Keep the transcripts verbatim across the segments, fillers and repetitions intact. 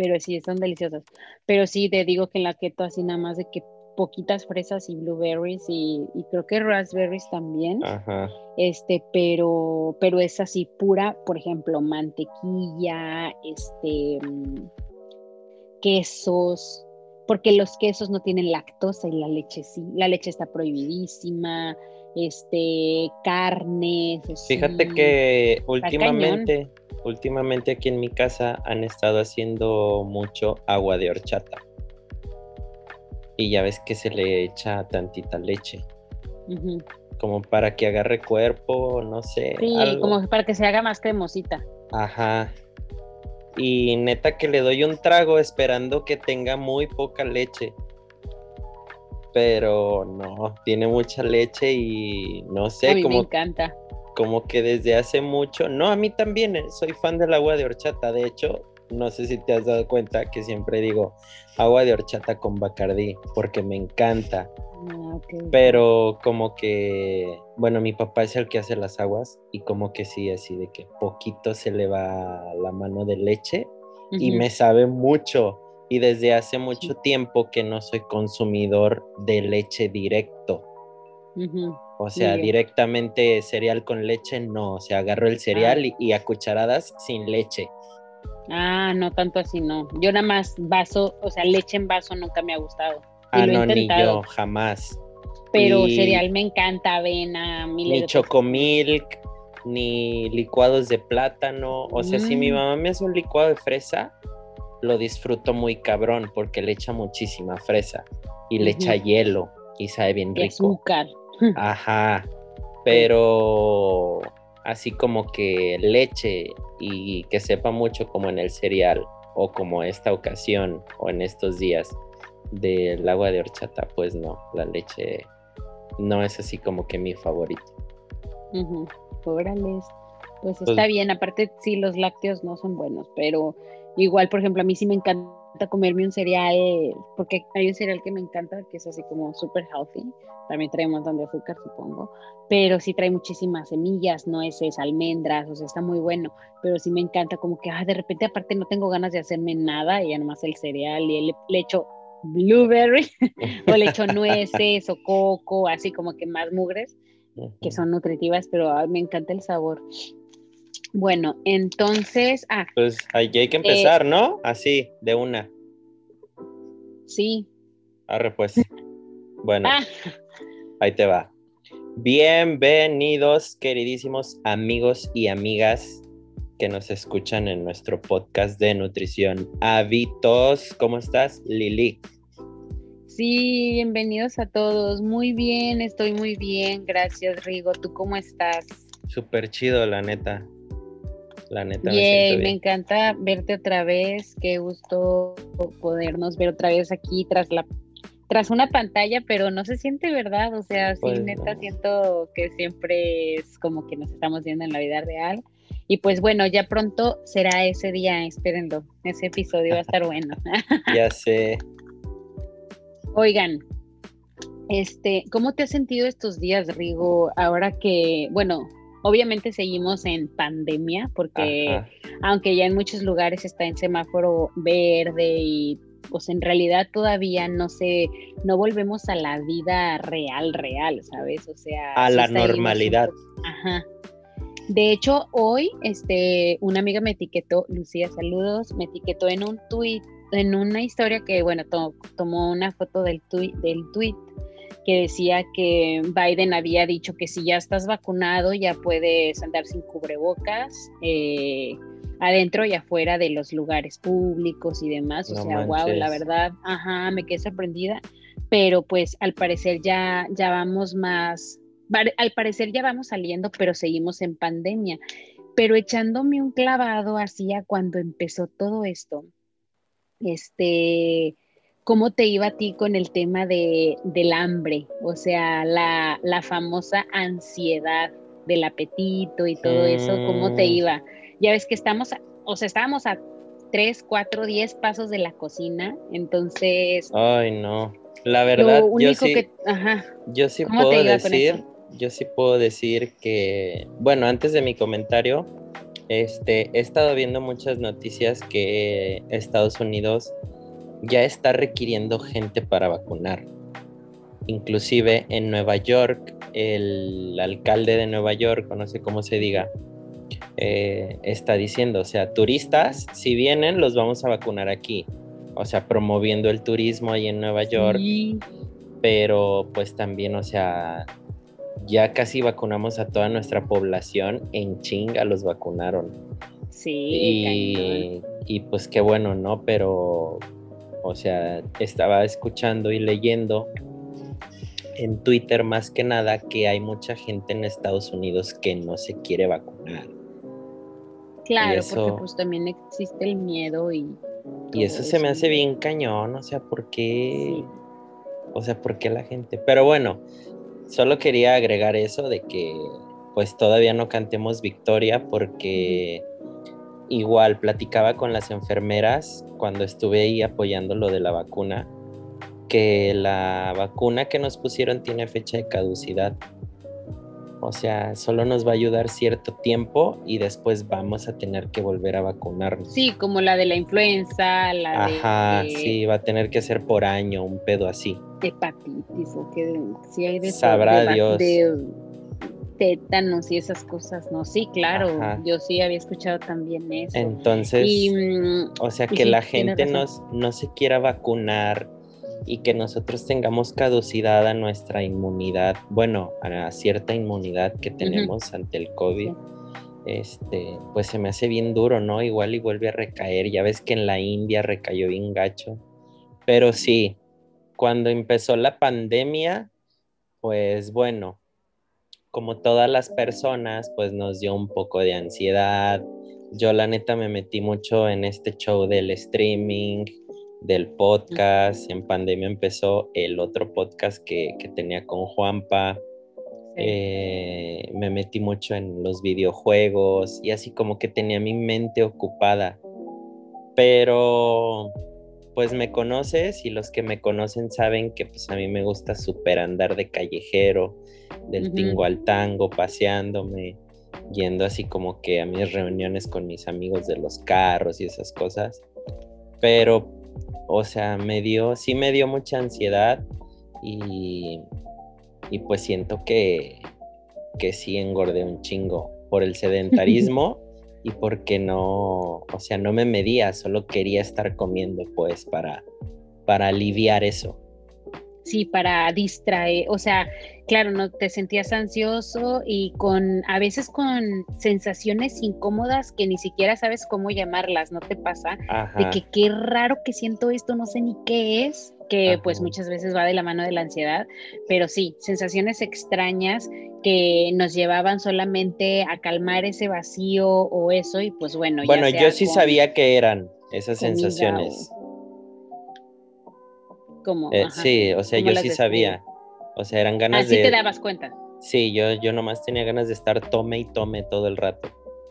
pero sí, son deliciosas. Pero sí, te digo que en la keto así nada más de que poquitas fresas y blueberries y, y creo que raspberries también. Ajá. Este, pero, pero es así pura, por ejemplo, mantequilla, este, mm, quesos, porque los quesos no tienen lactosa y la leche sí, la leche está prohibidísima, este, carnes, Fíjate así, que está cañón. últimamente, últimamente aquí en mi casa han estado haciendo mucho agua de horchata. Y ya ves que se le echa tantita leche, Ujú. como para que agarre cuerpo, no sé, Sí, algo. como para que se haga más cremosita. Ajá. Y neta que le doy un trago esperando que tenga muy poca leche. Pero no, tiene mucha leche y no A sé, mí me como, encanta. como que desde hace mucho, no, a mí también, eh, soy fan del agua de horchata, de hecho, no sé si te has dado cuenta que siempre digo agua de horchata con Bacardí, porque me encanta, Ah, ok, ok. pero como que, bueno, mi papá es el que hace las aguas y como que sí, así de que poquito se le va la mano de leche y Ujú, me sabe mucho. Y desde hace mucho sí, tiempo que no soy consumidor de leche directo. ujú, O sea, sí. directamente cereal con leche, no. O sea, agarro el Ah, cereal y, y a cucharadas sin leche. ah, no tanto así, no. Yo nada más vaso, o sea, leche en vaso nunca me ha gustado. Y Ah, lo he no, ni yo, intentado, jamás. pero Y cereal me encanta, avena, miles ni de cosas. Me- chocomilk, ni licuados de plátano. O sea, si mi Mm, mamá me hace un licuado de fresa, lo disfruto muy cabrón porque le echa muchísima fresa y le echa ujú, hielo y sabe bien y rico. azúcar. Ajá, Sí. pero así como que leche y que sepa mucho como en el cereal o como esta ocasión o en estos días del agua de horchata, pues no, la leche no es así como que mi favorito. Ujú. Órales, pues Pues está bien. Aparte, sí, los lácteos no son buenos, pero igual, por ejemplo, a mí sí me encanta comerme un cereal, porque hay un cereal que me encanta, que es así como super healthy. También trae un montón de azúcar, supongo, pero sí trae muchísimas semillas, nueces, almendras, o sea, está muy bueno. Pero sí me encanta como que, ah, de repente, aparte, no tengo ganas de hacerme nada, y ya nomás el cereal, y le, le echo blueberry, o le echo nueces, o coco, así como que más mugres que son nutritivas, pero ay, me encanta el sabor. Bueno, entonces, ah, pues hay, hay que eh, empezar, ¿no? Así, de una. sí, Arre pues. Bueno, ah, ahí te va. Bienvenidos, queridísimos amigos y amigas que nos escuchan en nuestro podcast de nutrición. Hábitos, ¿cómo estás, Lili? sí, bienvenidos a todos. Muy bien, estoy muy bien, gracias, Rigo. ¿Tú cómo estás? Súper chido, la neta. La neta me siento Yay, me bien. encanta verte otra vez. Qué gusto podernos ver otra vez aquí tras la tras una pantalla, pero no se siente verdad, o sea, sí, Pues neta, no. siento que siempre es como que nos estamos viendo en la vida real. Y pues bueno, ya pronto será ese día, espérenlo, ese episodio va a estar bueno. Ya sé. Oigan, este, ¿cómo te has sentido estos días, Rigo? Ahora que, bueno, obviamente seguimos en pandemia, porque Ajá. aunque ya en muchos lugares está en semáforo verde y pues en realidad todavía no sé, no volvemos a la vida real, real, ¿sabes? O sea, A sí la seguimos un normalidad. poco, ajá. De hecho, hoy, este, una amiga me etiquetó, Lucía, saludos, me etiquetó en un tweet, en una historia que, bueno, to tomó una foto del tweet, del tweet que decía que Biden había dicho que si ya estás vacunado ya puedes andar sin cubrebocas eh, adentro y afuera de los lugares públicos y demás. O No sea, wow, la manches. verdad, ajá, me quedé sorprendida, pero pues al parecer ya, ya vamos más, al parecer ya vamos saliendo, pero seguimos en pandemia. Pero echándome un clavado hacia cuando empezó todo esto, este, ¿cómo te iba a ti con el tema de, del hambre? O sea, la, la famosa ansiedad del apetito y todo eso, ¿cómo te Mm, iba? Ya ves que estamos, a- o sea, estábamos a tres, cuatro, diez pasos de la cocina, entonces, ay, no. La lo verdad, yo único sí, que, ajá, yo sí ¿cómo te puedo iba con eso? decir, yo sí puedo decir que, bueno, antes de mi comentario, Este, he estado viendo muchas noticias que Estados Unidos ya está requiriendo gente para vacunar. Inclusive en Nueva York, el alcalde de Nueva York, o no sé cómo se diga, eh, está diciendo, o sea, turistas, si vienen, los vamos a vacunar aquí. O sea, promoviendo el turismo ahí en Nueva York, Sí, pero pues también, o sea, ya casi vacunamos a toda nuestra población, en chinga los vacunaron. sí, cañón. Y, y pues qué bueno, ¿no? Pero, o sea, estaba escuchando y leyendo en Twitter más que nada que hay mucha gente en Estados Unidos que no se quiere vacunar. Y Claro, porque eso, pues también existe el miedo y y todo eso se me eso, hace ¿no? bien cañón, o sea, ¿por qué? Sí. O sea, ¿por qué la gente? Pero bueno, solo quería agregar eso de que pues todavía no cantemos victoria Ujú. porque igual platicaba con las enfermeras cuando estuve ahí apoyando lo de la vacuna, que la vacuna que nos pusieron tiene fecha de caducidad. O sea, solo nos va a ayudar cierto tiempo y después vamos a tener que volver a vacunarnos. Sí, como la de la influenza, la de Ajá, eh, sí, va a tener que ser por año, un pedo así. hepatitis o que sí hay de todo, de, Sabrá va- Dios. de tétanos y esas cosas, ¿no? Sí, claro, Ajá. yo sí había escuchado también eso. Y, Entonces, mm, o sea, y que la sí, tienes gente razón. nos, no se quiera vacunar y que nosotros tengamos caducidad a nuestra inmunidad, bueno, a cierta inmunidad que Ujú, tenemos ante el COVID, sí. este, pues se me hace bien duro, ¿no? Igual y vuelve a recaer. Ya ves que en la India recayó bien gacho. Pero sí, cuando empezó la pandemia, pues bueno, como todas las personas, pues nos dio un poco de ansiedad. Yo la neta me metí mucho en este show del streaming, del podcast. En pandemia empezó el otro podcast que, que tenía con Juanpa. Sí. Eh, me metí mucho en los videojuegos y así como que tenía mi mente ocupada. Pero pues me conoces y los que me conocen saben que pues a mí me gusta súper andar de callejero, del Ujú. tingo al tango, paseándome, yendo así como que a mis reuniones con mis amigos de los carros y esas cosas. Pero, o sea, me dio, sí me dio mucha ansiedad y, y pues siento que, que sí engordé un chingo por el sedentarismo y porque no, o sea, no me medía, solo quería estar comiendo pues para, para aliviar eso. Sí, para distraer, o sea, claro, no te sentías ansioso y con a veces con sensaciones incómodas que ni siquiera sabes cómo llamarlas, ¿no te pasa? De Ajá, que qué raro que siento esto, no sé ni qué es, que ajá. pues muchas veces va de la mano de la ansiedad, pero sí, sensaciones extrañas que nos llevaban solamente a calmar ese vacío o eso y pues bueno, ya Bueno, yo sea sí con sabía que eran esas comida o sensaciones. como, Eh, ajá, sí, o sea, ¿cómo yo las sí describes? sabía. O sea, eran ganas Así te de, dabas cuenta. sí, yo, yo nomás tenía ganas de estar tome y tome todo el rato.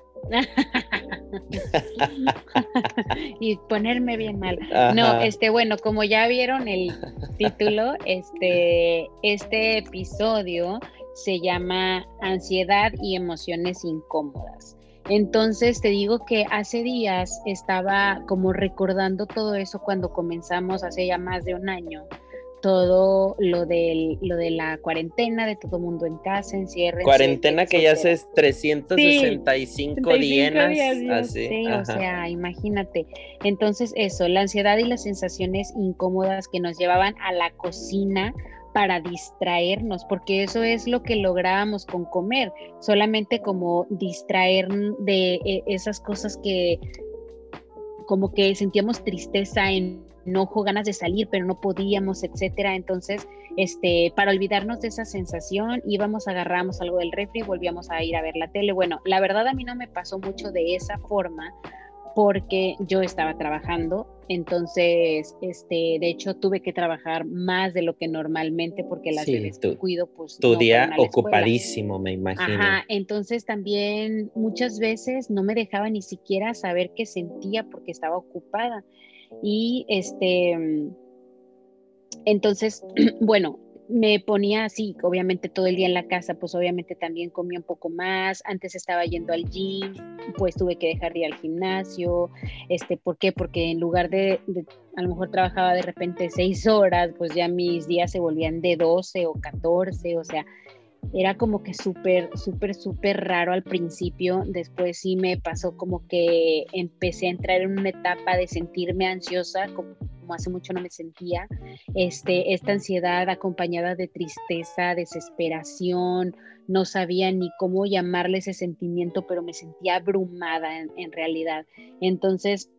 Y ponerme bien mal. No, Ajá, este, bueno, como ya vieron el título, este, este episodio se llama Ansiedad y emociones incómodas. Entonces te digo que hace días estaba como recordando todo eso cuando comenzamos hace ya más de un año, todo lo del, lo de la cuarentena, de todo mundo en casa, enciérrense, cuarentena que ya etcétera. hace trescientos Sí, sesenta y cinco sesenta y cinco días, dienas, yo así, sé, o ajá. sea, imagínate. Entonces, eso, la ansiedad y las sensaciones incómodas que nos llevaban a la cocina para distraernos, porque eso es lo que lográbamos con comer, solamente como distraer de eh, esas cosas que como que sentíamos tristeza, enojo, ganas de salir, pero no podíamos, etcétera. Entonces, este, para olvidarnos de esa sensación, íbamos, agarramos algo del refri, volvíamos a ir a ver la tele. Bueno, la verdad a mí no me pasó mucho de esa forma porque yo estaba trabajando, entonces, este, de hecho tuve que trabajar más de lo que normalmente porque las Sí, bebés que tu, cuido pues tu no fueron día a la escuela. ocupadísimo, me imagino. Ajá, entonces también muchas veces no me dejaba ni siquiera saber qué sentía porque estaba ocupada. Y este, entonces, bueno, me ponía así, obviamente todo el día en la casa, pues obviamente también comía un poco más. Antes estaba yendo al gym, pues tuve que dejar de ir al gimnasio. Este, ¿por qué? Porque en lugar de, de a lo mejor trabajaba de repente seis horas, pues ya mis días se volvían de doce o catorce, o sea, era como que súper, súper, súper raro al principio. Después sí me pasó como que empecé a entrar en una etapa de sentirme ansiosa, como, como hace mucho no me sentía. Este, esta ansiedad acompañada de tristeza, desesperación, no sabía ni cómo llamarle ese sentimiento, pero me sentía abrumada en, en realidad. Entonces,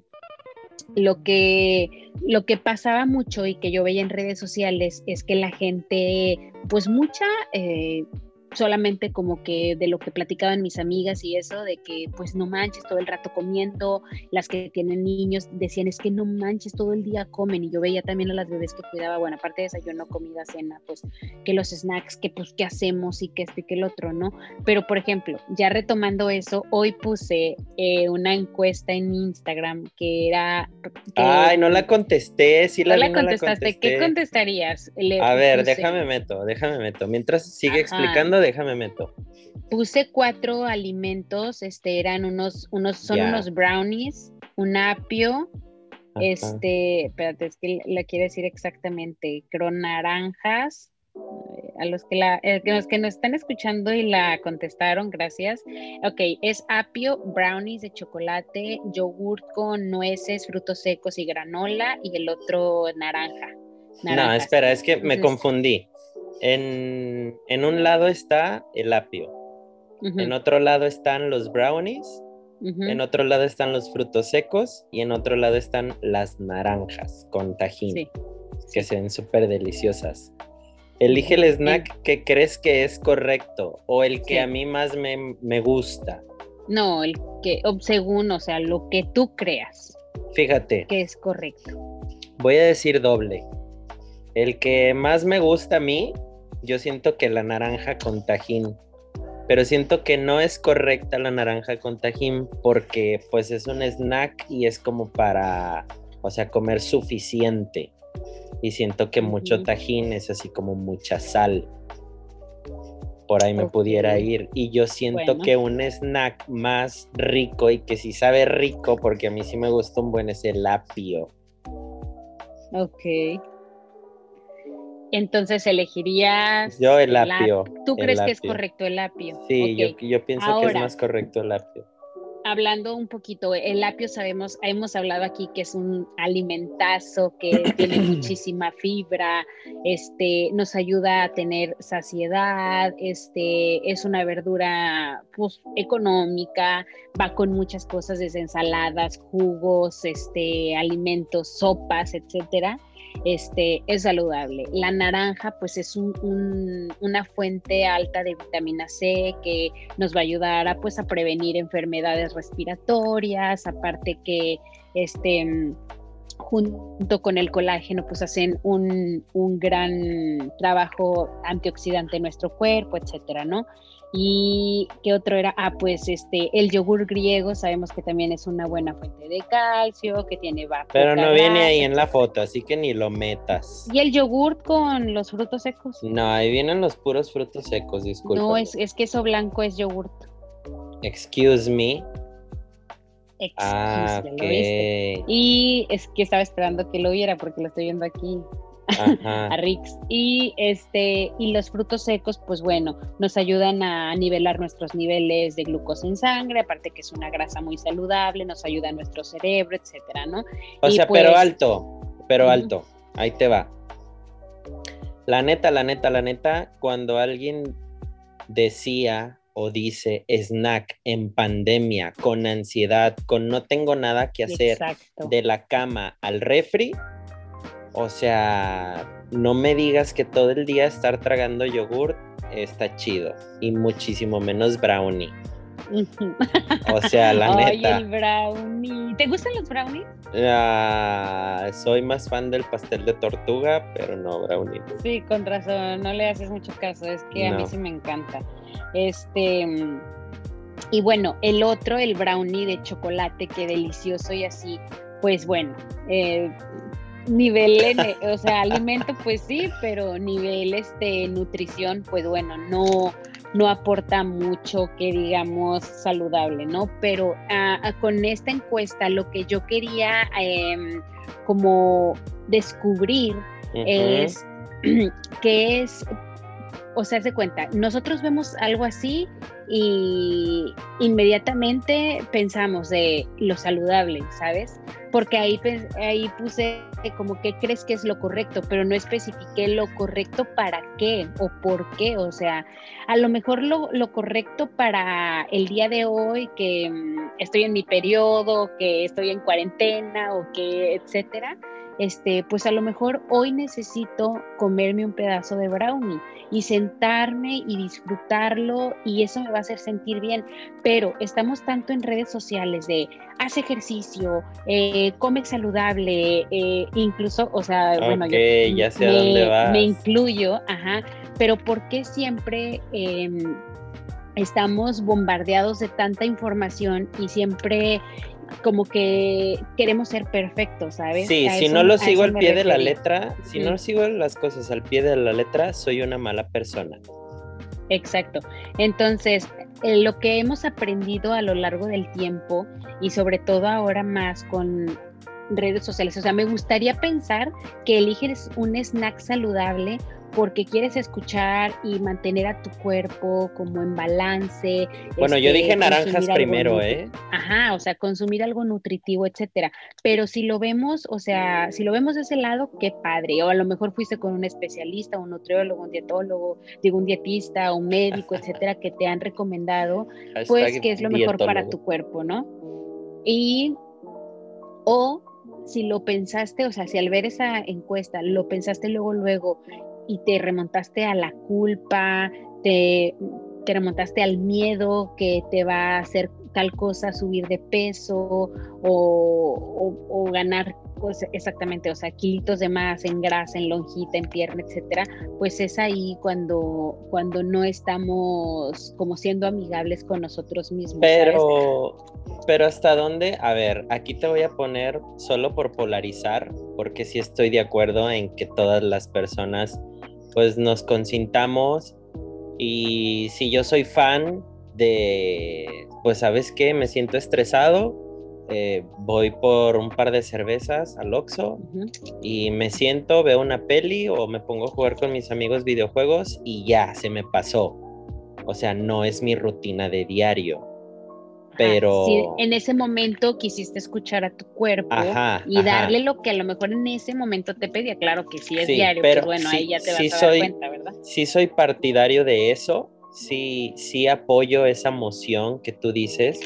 lo que, lo que pasaba mucho y que yo veía en redes sociales es que la gente, pues mucha, eh, solamente como que de lo que platicaban mis amigas y eso, de que pues no manches todo el rato comiendo, las que tienen niños decían es que no manches todo el día comen, y yo veía también a las bebés que cuidaba, bueno, aparte de desayuno, comida, cena, pues que los snacks, que pues qué hacemos y que este y que el otro, ¿no? Pero por ejemplo, ya retomando eso, hoy puse eh, una encuesta en Instagram que era... Que, Ay, no la contesté, sí la no vi, la no la contestaste, contesté. ¿qué contestarías? Le A ver, puse, déjame meto, déjame meto. Mientras sigue Ajá. explicando, déjame meto. Puse cuatro alimentos, este, eran unos, unos, son Ya. unos brownies, un apio, Ajá. este, espérate, es que la quiero decir exactamente, creo naranjas, a los que la, eh, los que nos están escuchando y la contestaron, gracias. Ok, es apio, brownies de chocolate, yogurt con nueces, frutos secos y granola, y el otro naranja. No, Naranjas. espera, es que me Entonces, confundí. En, en un lado está el apio, ujú, en otro lado están los brownies, ujú. en otro lado están los frutos secos y en otro lado están las naranjas con tajín, Sí, que sí. se ven súper deliciosas. Elige Ujú. el snack que crees que es correcto o el que Sí. a mí más me, me gusta. No, el que, o según, o sea, lo que tú creas Fíjate, que es correcto. voy a decir doble. El que más me gusta a mí, yo siento que la naranja con tajín, pero siento que no es correcta la naranja con tajín porque pues es un snack y es como para, o sea, comer suficiente. Y siento que mucho Ujú. tajín es así como mucha sal. Por ahí me Ok. pudiera ir. Y yo siento Bueno. que un snack más rico y que sí sabe rico, porque a mí sí me gusta un buen, es el apio. Ok. Entonces elegirías Yo el el apio. apio. ¿Tú el crees que es apio. correcto el apio? Sí, Ok. yo, yo pienso que es Ahora, más correcto el apio. hablando un poquito, el apio sabemos, hemos hablado aquí que es un alimentazo, que tiene muchísima fibra, este, nos ayuda a tener saciedad, este, es una verdura pues, económica, va con muchas cosas desde ensaladas, jugos, este, alimentos, sopas, etcétera. Este, es saludable. La naranja pues es un, un, una fuente alta de vitamina C que nos va a ayudar a, pues, a prevenir enfermedades respiratorias, aparte que este, junto con el colágeno pues hacen un, un gran trabajo antioxidante en nuestro cuerpo, etcétera, ¿no? Y qué otro era, ah, pues este, el yogur griego sabemos que también es una buena fuente de calcio, que tiene va, Pero poca no viene grasa, ahí en la etcétera. foto, así que ni lo metas. ¿Y el yogur con los frutos secos? No, ahí vienen los puros frutos secos, No, discúlpame. es, es queso blanco, es yogurt. Excuse me. Excuse, Ah, ya ok. lo viste. Y es que estaba esperando que lo viera porque lo estoy viendo aquí. Ajá. A Rix. Y este, y los frutos secos, pues bueno, nos ayudan a nivelar nuestros niveles de glucosa en sangre, aparte que es una grasa muy saludable, nos ayuda a nuestro cerebro, etcétera, ¿no? O y sea, pues, pero alto, pero uh-huh. alto. Ahí te va. La neta, la neta, la neta, cuando alguien decía o dice snack en pandemia, con ansiedad, con no tengo nada que hacer, Exacto. de la cama al refri, o sea, no me digas que todo el día estar tragando yogur está chido, y muchísimo menos brownie. O sea, la Ay, neta. el brownie. ¿Te gustan los brownies? Uh, soy más fan del pastel de tortuga, pero no brownie. Sí, con razón, no le haces mucho caso, es que no. A mí sí me encanta. Este, y bueno, el otro, el brownie de chocolate, qué delicioso y así, pues bueno, eh, nivel, N, o sea, alimento pues sí, pero nivel este nutrición, pues bueno, no, no aporta mucho que digamos saludable, ¿no? Pero uh, con esta encuesta lo que yo quería eh, como descubrir uh-huh. es que es, o sea, haz de cuenta, nosotros vemos algo así y inmediatamente pensamos de lo saludable, ¿sabes? Porque ahí, ahí puse como que crees que es lo correcto, pero no especifiqué lo correcto para qué o por qué, o sea, a lo mejor lo, lo correcto para el día de hoy, que um, estoy en mi periodo, que estoy en cuarentena o que etcétera, este, pues a lo mejor hoy necesito comerme un pedazo de brownie y sentarme y disfrutarlo y eso me va a hacer sentir bien, pero estamos tanto en redes sociales de haz ejercicio, eh, come saludable, eh, incluso, o sea, okay, bueno, yo ya sé me, a dónde vas. me incluyo, ajá, pero ¿por qué siempre eh, estamos bombardeados de tanta información y siempre como que queremos ser perfectos, ¿sabes? Sí, a si eso, no lo sigo al pie referí. de la letra, si mm. no sigo las cosas al pie de la letra, soy una mala persona. Exacto. Entonces, eh, lo que hemos aprendido a lo largo del tiempo y sobre todo ahora más con redes sociales, o sea, me gustaría pensar que eliges un snack saludable porque quieres escuchar y mantener a tu cuerpo como en balance. Bueno, este, yo dije naranjas primero, nutri- ¿eh? Ajá, o sea, consumir algo nutritivo, etcétera. Pero si lo vemos, o sea, si lo vemos de ese lado, qué padre. O a lo mejor fuiste con un especialista, un nutriólogo, un dietólogo, digo, un dietista, un médico, etcétera, que te han recomendado, pues, que es lo mejor dietólogo. Para tu cuerpo, ¿no? Y, o si lo pensaste, o sea, si al ver esa encuesta lo pensaste luego, luego, y te remontaste a la culpa, te, te remontaste al miedo que te va a hacer tal cosa, subir de peso o, o, o ganar pues, exactamente, o sea, kilitos de más en grasa, en lonjita, en pierna, etcétera, pues es ahí cuando, cuando no estamos como siendo amigables con nosotros mismos. Pero, ¿sabes? pero ¿hasta dónde? A ver, aquí te voy a poner solo por polarizar, porque sí estoy de acuerdo en que todas las personas pues nos consintamos y si yo soy fan de, pues ¿sabes qué? Me siento estresado, eh, voy por un par de cervezas al Oxxo uh-huh. y me siento, veo una peli o me pongo a jugar con mis amigos videojuegos y ya, se me pasó. O sea, no es mi rutina de diario. Pero... Si en ese momento quisiste escuchar a tu cuerpo ajá, y ajá. darle lo que a lo mejor en ese momento te pedía, claro que si es sí, diario, pero pues bueno, sí, ahí ya te sí vas a soy, dar cuenta, ¿verdad? Sí soy partidario de eso, sí, sí apoyo esa emoción que tú dices,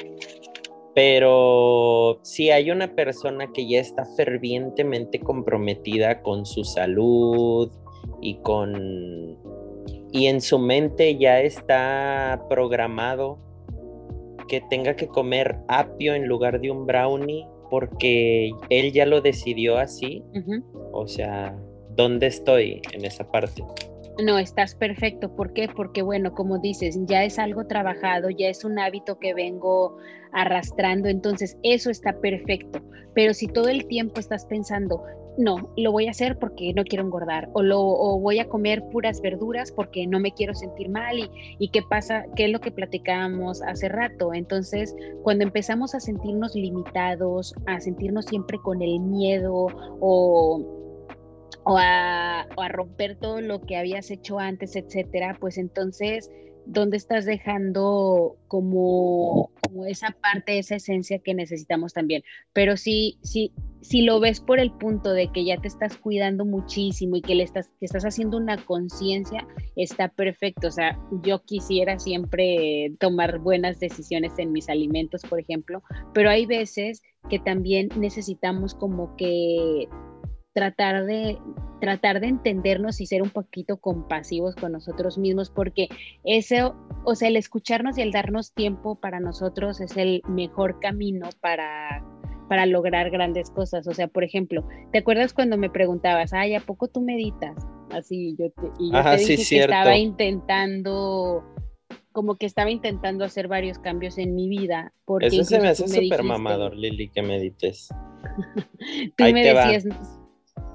pero si hay una persona que ya está fervientemente comprometida con su salud y con... y en su mente ya está programado que tenga que comer apio en lugar de un brownie porque él ya lo decidió así, uh-huh. O sea, ¿dónde estoy en esa parte? No, estás perfecto. ¿Por qué? Porque, bueno, como dices, ya es algo trabajado, ya es un hábito que vengo arrastrando, entonces eso está perfecto. Pero si todo el tiempo estás pensando, no, lo voy a hacer porque no quiero engordar, o, lo, o voy a comer puras verduras porque no me quiero sentir mal, y, y qué pasa, qué es lo que platicábamos hace rato. Entonces, cuando empezamos a sentirnos limitados, a sentirnos siempre con el miedo, o... O a, o a romper todo lo que habías hecho antes, etcétera, pues entonces, ¿dónde estás dejando como, como esa parte, esa esencia que necesitamos también? Pero sí, sí, si lo ves por el punto de que ya te estás cuidando muchísimo y que le estás, que estás haciendo una conciencia, está perfecto. O sea, yo quisiera siempre tomar buenas decisiones en mis alimentos, por ejemplo, pero hay veces que también necesitamos como que tratar de tratar de entendernos y ser un poquito compasivos con nosotros mismos, porque eso, o sea, el escucharnos y el darnos tiempo para nosotros es el mejor camino para, para lograr grandes cosas. O sea, por ejemplo, ¿te acuerdas cuando me preguntabas, ay, ¿a poco tú meditas? Así, yo te, y yo Ajá, te dije sí, que cierto. estaba intentando, como que estaba intentando hacer varios cambios en mi vida. Porque Eso se me hace súper súper mamador, Lili, que medites. Tú Ahí me te decías... va.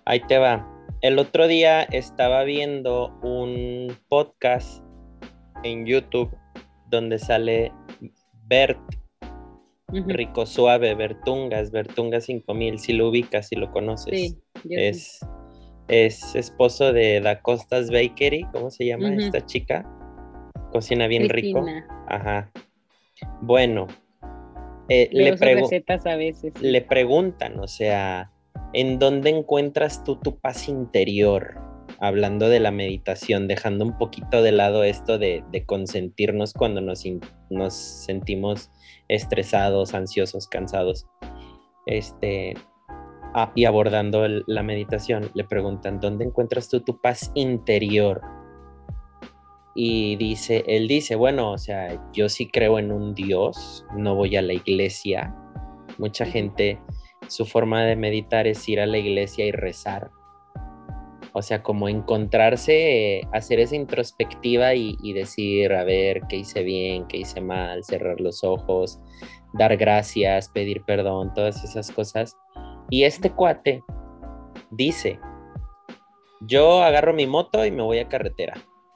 Ahí te va. El otro día estaba viendo un podcast en YouTube donde sale Bert, uh-huh. Rico Suave, Bertungas, Bertungas cinco mil, si lo ubicas, si lo conoces. Sí, yo es, sí. es esposo de Da Costa's Bakery, ¿cómo se llama uh-huh. esta chica? Cocina bien Cristina. rico. Ajá. Bueno, eh, Veo le, pregu- recetas a veces, sí. le preguntan, o sea, ¿en dónde encuentras tú tu paz interior? Hablando de la meditación, dejando un poquito de lado esto de, de consentirnos cuando nos, in, nos sentimos estresados, ansiosos, cansados. Este, ah, y abordando el, la meditación, le preguntan, ¿dónde encuentras tú tu paz interior? Y dice, él dice, bueno, o sea, yo sí creo en un Dios, no voy a la iglesia. Mucha uh-huh. gente, su forma de meditar es ir a la iglesia y rezar. O sea, como encontrarse, eh, hacer esa introspectiva y, y decir, a ver, qué hice bien, qué hice mal, cerrar los ojos, dar gracias, pedir perdón, todas esas cosas. Y este cuate dice, yo agarro mi moto y me voy a carretera.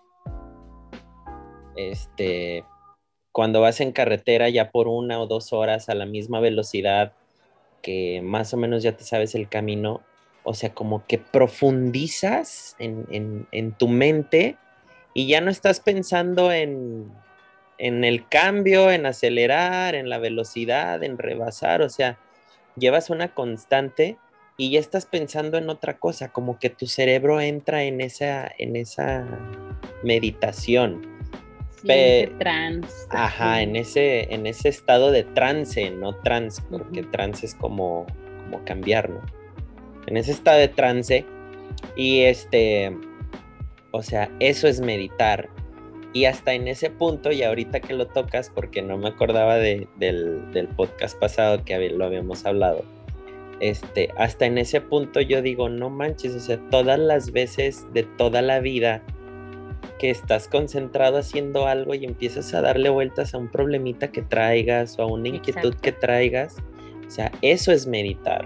Este, cuando vas en carretera ya por una o dos horas a la misma velocidad que más o menos ya te sabes el camino, o sea, como que profundizas en, en, en tu mente y ya no estás pensando en, en el cambio, en acelerar, en la velocidad, en rebasar, o sea, llevas una constante y ya estás pensando en otra cosa, como que tu cerebro entra en esa, en esa meditación. Sí, Pe- en ese trance. Ajá, sí. en ese, en ese estado de trance, no trance, porque uh-huh. trance es como, como cambiar, ¿no? En ese estado de trance, y este, o sea, eso es meditar. Y hasta en ese punto, y ahorita que lo tocas, porque no me acordaba de, del, del podcast pasado que lo habíamos hablado, este, hasta en ese punto yo digo, no manches, o sea, todas las veces de toda la vida que estás concentrado haciendo algo y empiezas a darle vueltas a un problemita que traigas o a una inquietud Exacto. que traigas, o sea, eso es meditar.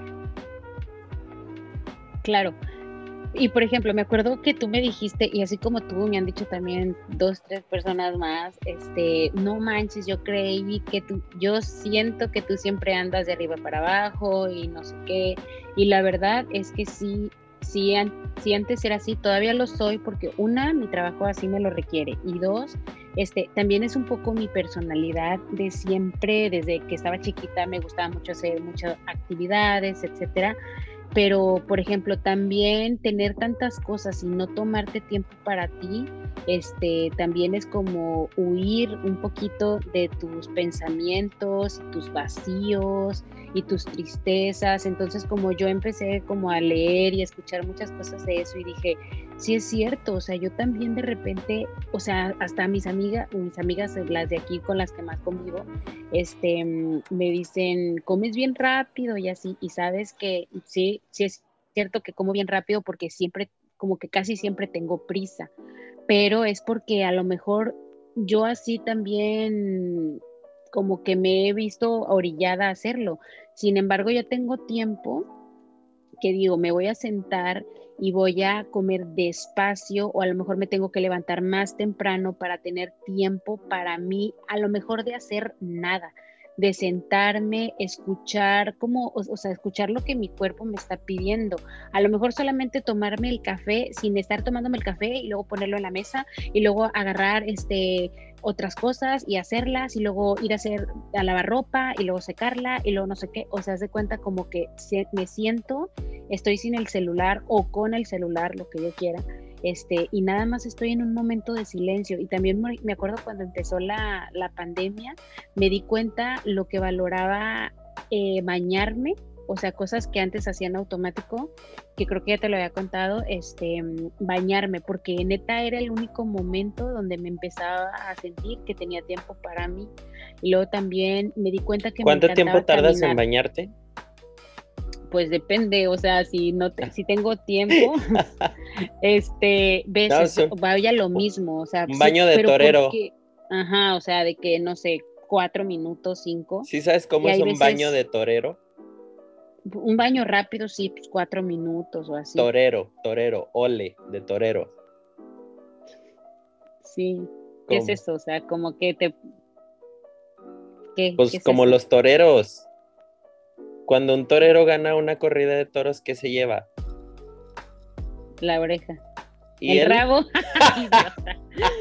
Claro. Y por ejemplo, me acuerdo que tú me dijiste, y así como tú, me han dicho también dos, tres personas más, este, no manches, yo creí que tú, yo siento que tú siempre andas de arriba para abajo y no sé qué, y la verdad es que sí, sí, an- sí antes era así, todavía lo soy porque una, mi trabajo así me lo requiere, y dos, este, también es un poco mi personalidad de siempre, desde que estaba chiquita me gustaba mucho hacer muchas actividades, etcétera. Pero, por ejemplo, también tener tantas cosas y no tomarte tiempo para ti, este, también es como huir un poquito de tus pensamientos, tus vacíos y tus tristezas. Entonces, como yo empecé como a leer y a escuchar muchas cosas de eso y dije, sí es cierto, o sea, yo también de repente, o sea, hasta mis amigas, mis amigas, las de aquí con las que más convivo, este, me dicen, comes bien rápido y así, y sabes que sí, sí es cierto que como bien rápido porque siempre, como que casi siempre tengo prisa, pero es porque a lo mejor yo así también como que me he visto orillada a hacerlo. Sin embargo, yo tengo tiempo que digo, me voy a sentar y voy a comer despacio, o a lo mejor me tengo que levantar más temprano para tener tiempo para mí, a lo mejor de hacer nada, de sentarme, escuchar, como, o, o sea, escuchar lo que mi cuerpo me está pidiendo. A lo mejor solamente tomarme el café sin estar tomándome el café y luego ponerlo en la mesa y luego agarrar este otras cosas y hacerlas y luego ir a hacer a lavar ropa y luego secarla y luego no sé qué, o sea, haz de cuenta como que me siento, estoy sin el celular o con el celular, lo que yo quiera, este, y nada más estoy en un momento de silencio. Y también me acuerdo cuando empezó la, la pandemia, me di cuenta lo que valoraba eh, bañarme, o sea, cosas que antes hacían automático, que creo que ya te lo había contado, este, bañarme, porque neta era el único momento donde me empezaba a sentir que tenía tiempo para mí. Y luego también me di cuenta que me ¿Cuánto encantaba tiempo tardas caminar. en bañarte? Pues depende, o sea, si no te, si tengo tiempo, este, veces No, sí. vaya lo mismo, o sea, un sí, baño de pero torero. Porque, ajá, o sea, de que no sé, cuatro minutos, cinco. ¿Sí sabes cómo y es hay un veces, baño de torero? Un baño rápido, sí, pues cuatro minutos o así. Torero, torero, ole, de torero. Sí. ¿Qué es ¿Cómo? eso? O sea, como que te... ¿Qué, Pues qué es como eso? los toreros. Cuando un torero gana una corrida de toros, ¿qué se lleva? La oreja. ¿Y El él? rabo. Idiota.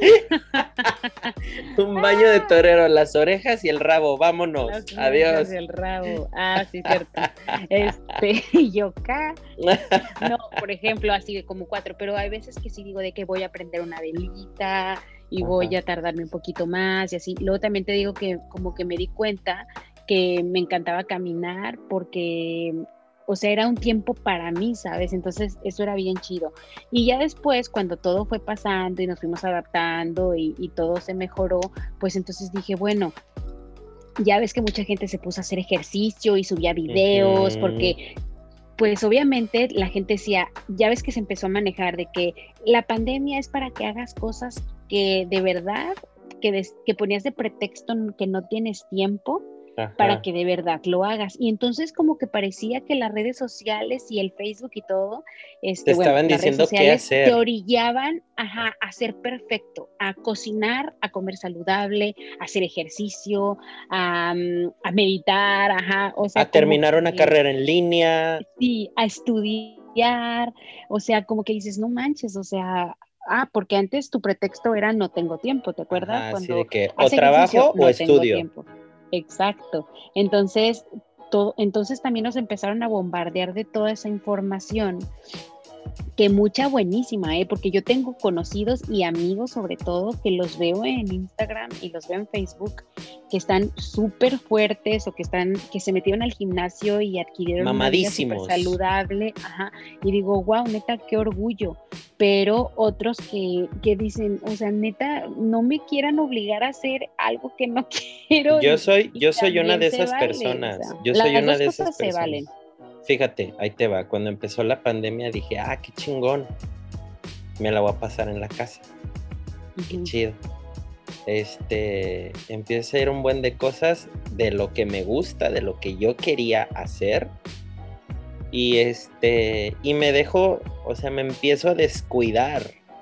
Un baño de torero, las orejas y el rabo, vámonos. Las orejas Adiós. y el rabo. Ah, sí, cierto. Este, yo acá. No, por ejemplo, así de como cuatro, pero hay veces que sí digo de que voy a prender una velita y Ajá. voy a tardarme un poquito más y así. Luego también te digo que como que me di cuenta que me encantaba caminar porque, o sea, era un tiempo para mí, ¿sabes? Entonces eso era bien chido. Y ya después, cuando todo fue pasando y nos fuimos adaptando y, y todo se mejoró, pues entonces dije, bueno, ya ves que mucha gente se puso a hacer ejercicio y subía videos, Ujú. porque pues obviamente la gente decía, ya ves que se empezó a manejar de que la pandemia es para que hagas cosas que de verdad, que, des, que ponías de pretexto que no tienes tiempo, para Ajá. que de verdad lo hagas. Y entonces como que parecía que las redes sociales y el Facebook y todo, Te este, bueno, estaban las redes diciendo qué sociales te hacer. orillaban ajá, a ser perfecto, a cocinar, a comer saludable, a hacer ejercicio, a, a meditar, ajá, o sea, A como terminar una que carrera en línea. sí, a estudiar, o sea, como que dices, no manches, o sea, ah, porque antes tu pretexto era no tengo tiempo, ¿te acuerdas? Ajá, así de Cuando que o hace ejercicio, trabajo o no tengo estudio. tiempo. Exacto. Entonces, todo, entonces también nos empezaron a bombardear de toda esa información que mucha buenísima, ¿eh? Porque yo tengo conocidos y amigos sobre todo que los veo en Instagram y los veo en Facebook que están súper fuertes o que están, que se metieron al gimnasio y adquirieron una vida súper Mamadísimos. saludable, ajá, y digo, wow, neta, qué orgullo, pero otros que, que dicen, o sea, neta, no me quieran obligar a hacer algo que no quiero Yo y, soy, y yo soy una también de se esas vale, o personas. sea, Yo soy las una dos de esas cosas se personas. valen. Fíjate, ahí te va. Cuando empezó la pandemia dije, ah, qué chingón. Me la voy a pasar en la casa. Qué Uh-huh. chido. Este, empiezo a hacer un buen de cosas de lo que me gusta, de lo que yo quería hacer. Y este, y me dejo, o sea, me empiezo a descuidar.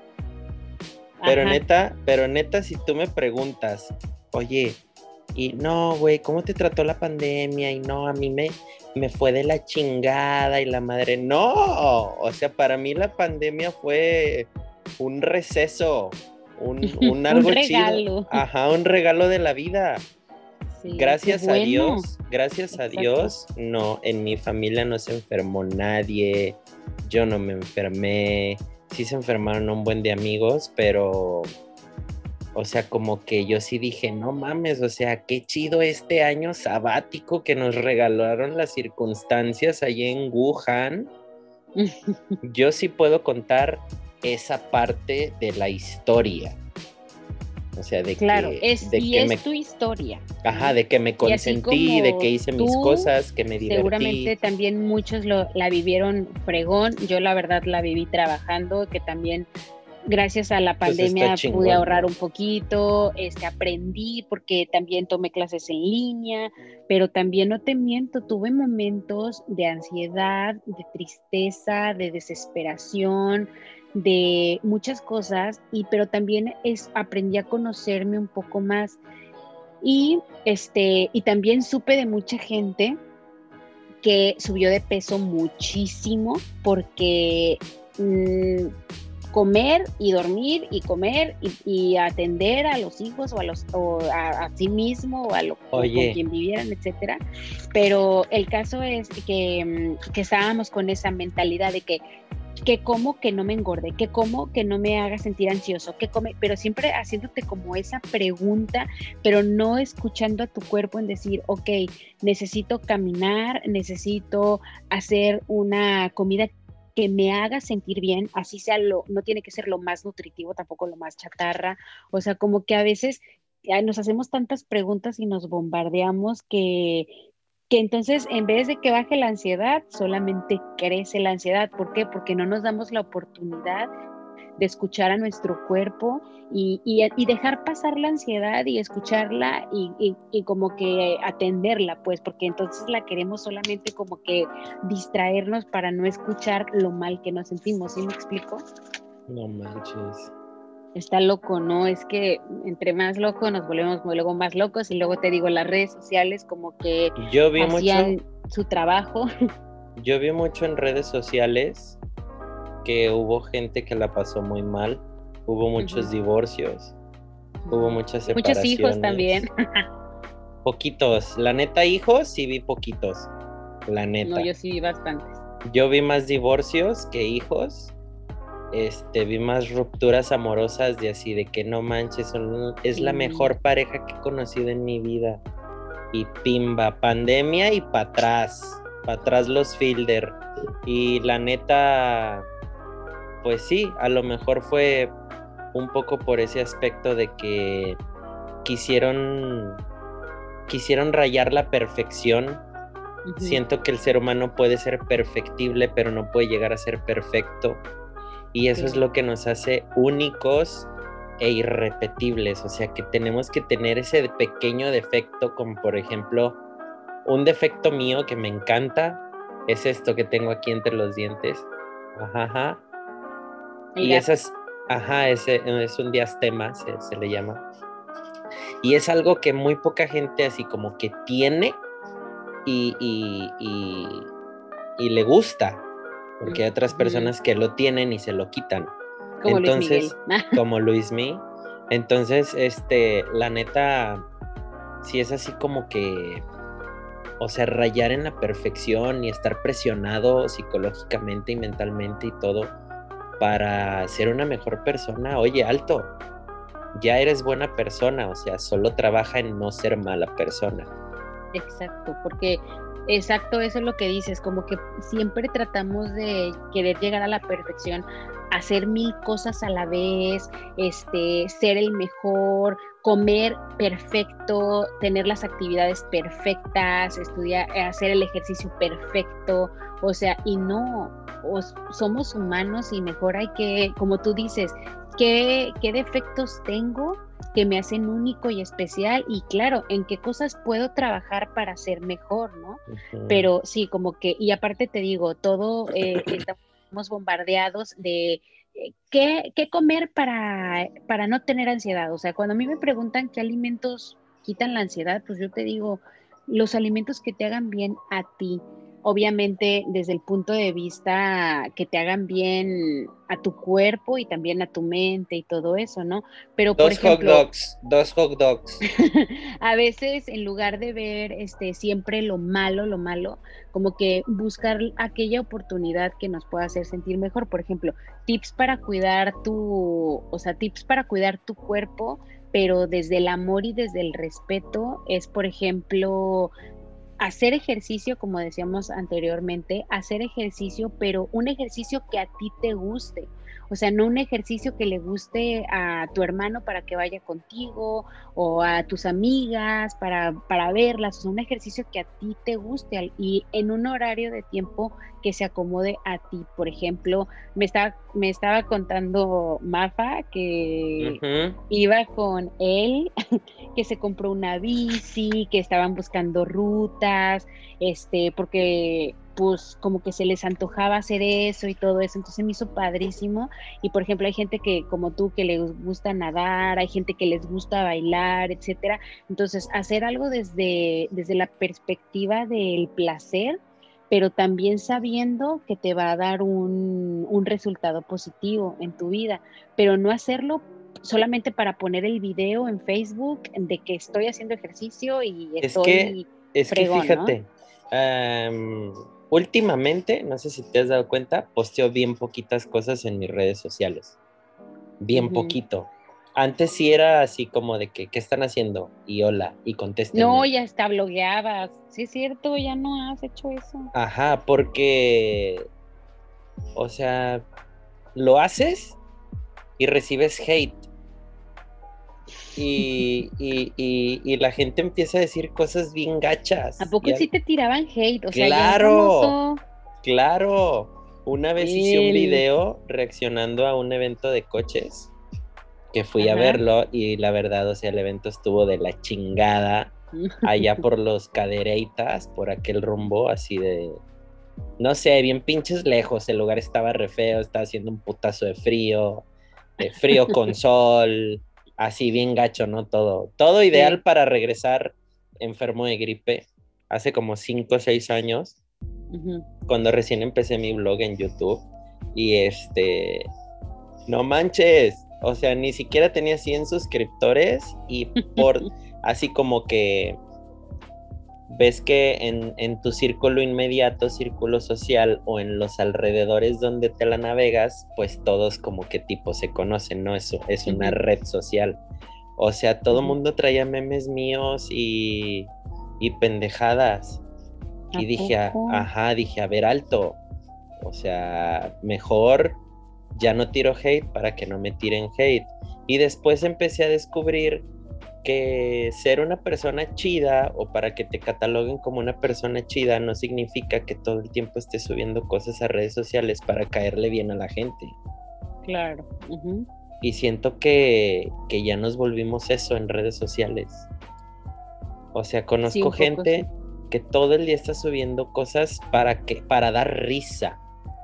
Pero Ajá. neta, pero neta, si tú me preguntas, oye, y no, güey, ¿cómo te trató la pandemia? Y no, a mí me, me fue de la chingada y la madre, no, o sea, para mí la pandemia fue un receso, un, un algo un regalo. chido, ajá, un regalo de la vida. Sí, Gracias qué bueno. a Dios, gracias Exacto. a Dios, no, en mi familia no se enfermó nadie, yo no me enfermé, sí se enfermaron un buen de amigos, pero, o sea, como que yo sí dije, no mames, o sea, qué chido este año sabático que nos regalaron las circunstancias allí en Wuhan. Yo sí puedo contar esa parte de la historia. O sea, de claro, que, es, de y que es me, tu historia. ajá, ¿no? de que me consentí, de que hice mis tú, cosas, que me divertí. Seguramente también muchos lo, la vivieron fregón. Yo la verdad la viví trabajando, que también gracias a la Pues pandemia chingón, pude ahorrar ¿no? un poquito, este, aprendí porque también tomé clases en línea, pero también no te miento, tuve momentos de ansiedad, de tristeza, de desesperación, de muchas cosas, y pero también es, aprendí a conocerme un poco más y, este, y también supe de mucha gente que subió de peso muchísimo porque mmm, comer y dormir y comer y, y atender a los hijos o a los o a, a sí mismo o a lo, o con quien vivieran, etcétera. Pero el caso es que, que estábamos con esa mentalidad de que que como que no me engorde, que como que no me haga sentir ansioso, que come, pero siempre haciéndote como esa pregunta, pero no escuchando a tu cuerpo en decir, ok, necesito caminar, necesito hacer una comida que me haga sentir bien, así sea lo, no tiene que ser lo más nutritivo, tampoco lo más chatarra, o sea, como que a veces nos hacemos tantas preguntas y nos bombardeamos que, que entonces en vez de que baje la ansiedad, solamente crece la ansiedad. ¿Por qué? Porque no nos damos la oportunidad de escuchar a nuestro cuerpo y, y, y dejar pasar la ansiedad y escucharla y, y, y como que atenderla, pues, porque entonces la queremos solamente como que distraernos para no escuchar lo mal que nos sentimos, ¿sí me explico? No manches. Está loco, ¿no? Es que entre más loco nos volvemos luego más locos y luego te digo, las redes sociales como que Yo vi hacían mucho, su trabajo. yo vi mucho en redes sociales que hubo gente que la pasó muy mal, hubo muchos Uh-huh. divorcios, hubo muchas Y muchos hijos también. separaciones. Poquitos, la neta, hijos, sí vi poquitos, la No, neta. yo sí vi bastantes. Yo vi más divorcios que hijos. Este, vi más rupturas amorosas de así, de que no manches, son, es Sí. la mejor pareja que he conocido en mi vida. Y pimba, pandemia y para atrás, para atrás los Fielder. Y la neta, pues sí, a lo mejor fue un poco por ese aspecto de que quisieron, quisieron rayar la perfección. Uh-huh. Siento que el ser humano puede ser perfectible, pero no puede llegar a ser perfecto. Y eso sí. Es lo que nos hace únicos e irrepetibles. O sea, que tenemos que tener ese pequeño defecto, como por ejemplo, un defecto mío que me encanta es esto que tengo aquí entre los dientes. Ajá, ajá. Y esas, ajá, ese es un diastema, se, se le llama. Y es algo que muy poca gente así como que tiene y, y, y, y le gusta. Porque hay otras uh-huh. personas que lo tienen y se lo quitan. Como Entonces, Luis Miguel. Como Luismi. Entonces, este, la neta, sí es así como que, o sea, rayar en la perfección y estar presionado psicológicamente y mentalmente y todo para ser una mejor persona. Oye, alto, ya eres buena persona, o sea, solo trabaja en no ser mala persona. Exacto, porque exacto, eso es lo que dices, como que siempre tratamos de querer llegar a la perfección, hacer mil cosas a la vez, este, ser el mejor, comer perfecto, tener las actividades perfectas, estudiar, hacer el ejercicio perfecto, o sea, y no, os, somos humanos y mejor hay que, como tú dices, ¿qué, qué defectos tengo que me hacen único y especial? Y claro, en qué cosas puedo trabajar para ser mejor, ¿no? Uh-huh. Pero sí, como que, y aparte te digo, todo eh, estamos bombardeados de eh, ¿qué, qué comer para, para no tener ansiedad. O sea, cuando a mí me preguntan qué alimentos quitan la ansiedad, pues yo te digo, los alimentos que te hagan bien a ti. Obviamente desde el punto de vista que te hagan bien a tu cuerpo y también a tu mente y todo eso, ¿no? Pero dos por ejemplo, hot dogs, dos hot dogs. A veces en lugar de ver este siempre lo malo, lo malo, como que buscar aquella oportunidad que nos pueda hacer sentir mejor. Por ejemplo, tips para cuidar tu, o sea, tips para cuidar tu cuerpo, pero desde el amor y desde el respeto es, por ejemplo, hacer ejercicio, como decíamos anteriormente, hacer ejercicio, pero un ejercicio que a ti te guste. O sea, no un ejercicio que le guste a tu hermano para que vaya contigo o a tus amigas para, para verlas. O sea, un ejercicio que a ti te guste y en un horario de tiempo que se acomode a ti. Por ejemplo, me estaba, me estaba contando Mafa que uh-huh. iba con él, que se compró una bici, que estaban buscando rutas, este, porque pues como que se les antojaba hacer eso y todo eso, entonces me hizo padrísimo. Y por ejemplo hay gente que como tú que les gusta nadar, hay gente que les gusta bailar, etcétera. Entonces hacer algo desde, desde la perspectiva del placer, pero también sabiendo que te va a dar un, un resultado positivo en tu vida, pero no hacerlo solamente para poner el video en Facebook de que estoy haciendo ejercicio y es estoy que, es fregón, que fíjate, ¿no? um, últimamente, no sé si te has dado cuenta, posteo bien poquitas cosas en mis redes sociales. Bien uh-huh. poquito. Antes sí era así como de que, ¿qué están haciendo? Y hola, y contéstenme. No, ya hasta blogueabas. Sí es cierto, ya no has hecho eso. Ajá, porque, o sea, lo haces y recibes hate. Y, y, y, y la gente empieza a decir cosas bien gachas. ¿A poco y sí te tiraban hate? O claro, sea, ya famoso. Claro. Una vez hice un El... video reaccionando a un evento de coches que fui a Ajá. verlo y la verdad, o sea, el evento estuvo de la chingada allá por los Cadereitas, por aquel rumbo, así de, no sé, bien pinches lejos, el lugar estaba re feo, estaba haciendo un putazo de frío, eh, frío con sol, así bien gacho, ¿no? Todo, todo ideal Sí. para regresar enfermo de gripe hace como cinco o seis años, Uh-huh. cuando recién empecé mi blog en YouTube y este, no manches, o sea, ni siquiera tenía cien suscriptores y por así como que ves que en, en tu círculo inmediato, círculo social o en los alrededores donde te la navegas, pues todos como que tipo se conocen, ¿no? Eso es una Uh-huh. red social. O sea, todo el Uh-huh. mundo traía memes míos y, y pendejadas. ¿A Y dije, ah, poco? ajá, dije, a ver, alto. O sea, mejor ya no tiro hate para que no me tiren hate. Y después empecé a descubrir que ser una persona chida o para que te cataloguen como una persona chida no significa que todo el tiempo estés subiendo cosas a redes sociales para caerle bien a la gente. Claro. Uh-huh. Y siento que, que ya nos volvimos eso en redes sociales. O sea, Sí, conozco un poco sí. gente que todo el día está subiendo cosas para, que, para dar risa.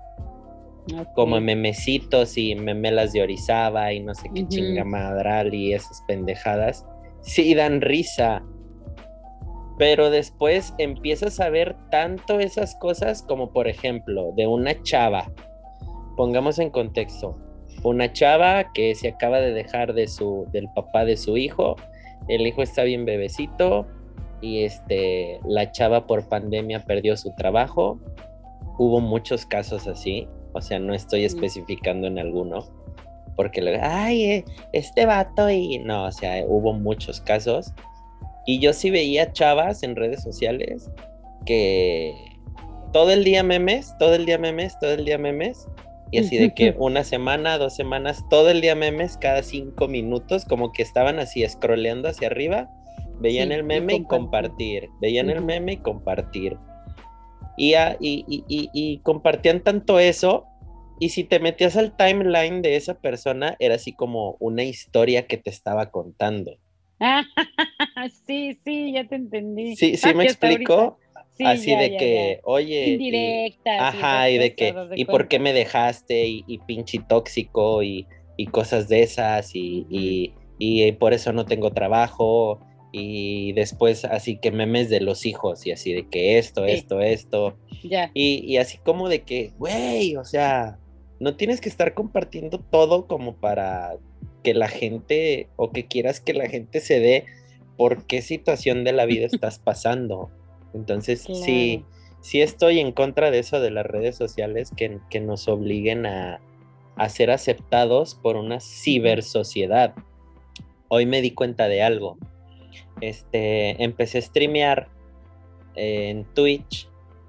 Como Okay. memecitos y memelas de Orizaba y no sé qué Uh-huh. chingamadral y esas pendejadas. Sí dan risa, pero después empiezas a ver tanto esas cosas como por ejemplo de una chava, pongamos en contexto, una chava que se acaba de dejar de su, del papá de su hijo, el hijo está bien bebecito y este, la chava por pandemia perdió su trabajo, hubo muchos casos así, o sea, no estoy Uh-huh. especificando en alguno, porque, le, ay, este vato y no, o sea, hubo muchos casos. Y yo sí veía chavas en redes sociales que todo el día memes, todo el día memes, todo el día memes. Y así de que una semana, dos semanas, todo el día memes, cada cinco minutos, como que estaban así scrolleando hacia arriba, veían Sí, el y meme y compartir. compartir, veían el Uh-huh. meme y compartir. Y, a, y, y, y, y compartían tanto eso, y si te metías al timeline de esa persona, era así como una historia que te estaba contando. Ah, sí, sí, ya te entendí. Sí, sí Ah, me que hasta ahorita. explicó, Sí, así ya, de ya, ya. que, oye, y, Indirectas y esas ajá, y de cosas, que, haz de ¿y por qué cuenta. me dejaste? Y, y pinche tóxico, y, y cosas de esas, y, Uh-huh. y, y por eso no tengo trabajo, y después así que memes de los hijos, y así de que esto, Sí, esto, esto, ya. y, y así como de que, güey, o sea, no tienes que estar compartiendo todo como para que la gente, o que quieras que la gente se dé por qué situación de la vida estás pasando. Entonces, sí, Claro. sí estoy en contra de eso de las redes sociales que, que nos obliguen a, a ser aceptados por una Uh-huh. cibersociedad. Hoy me di cuenta de algo. Este, empecé a streamear en Twitch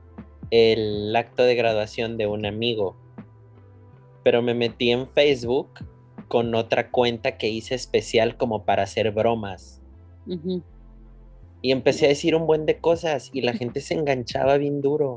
el acto de graduación de un amigo, pero me metí en Facebook con otra cuenta que hice especial como para hacer bromas. Uh-huh. Y empecé a decir un buen de cosas y la gente se enganchaba bien duro.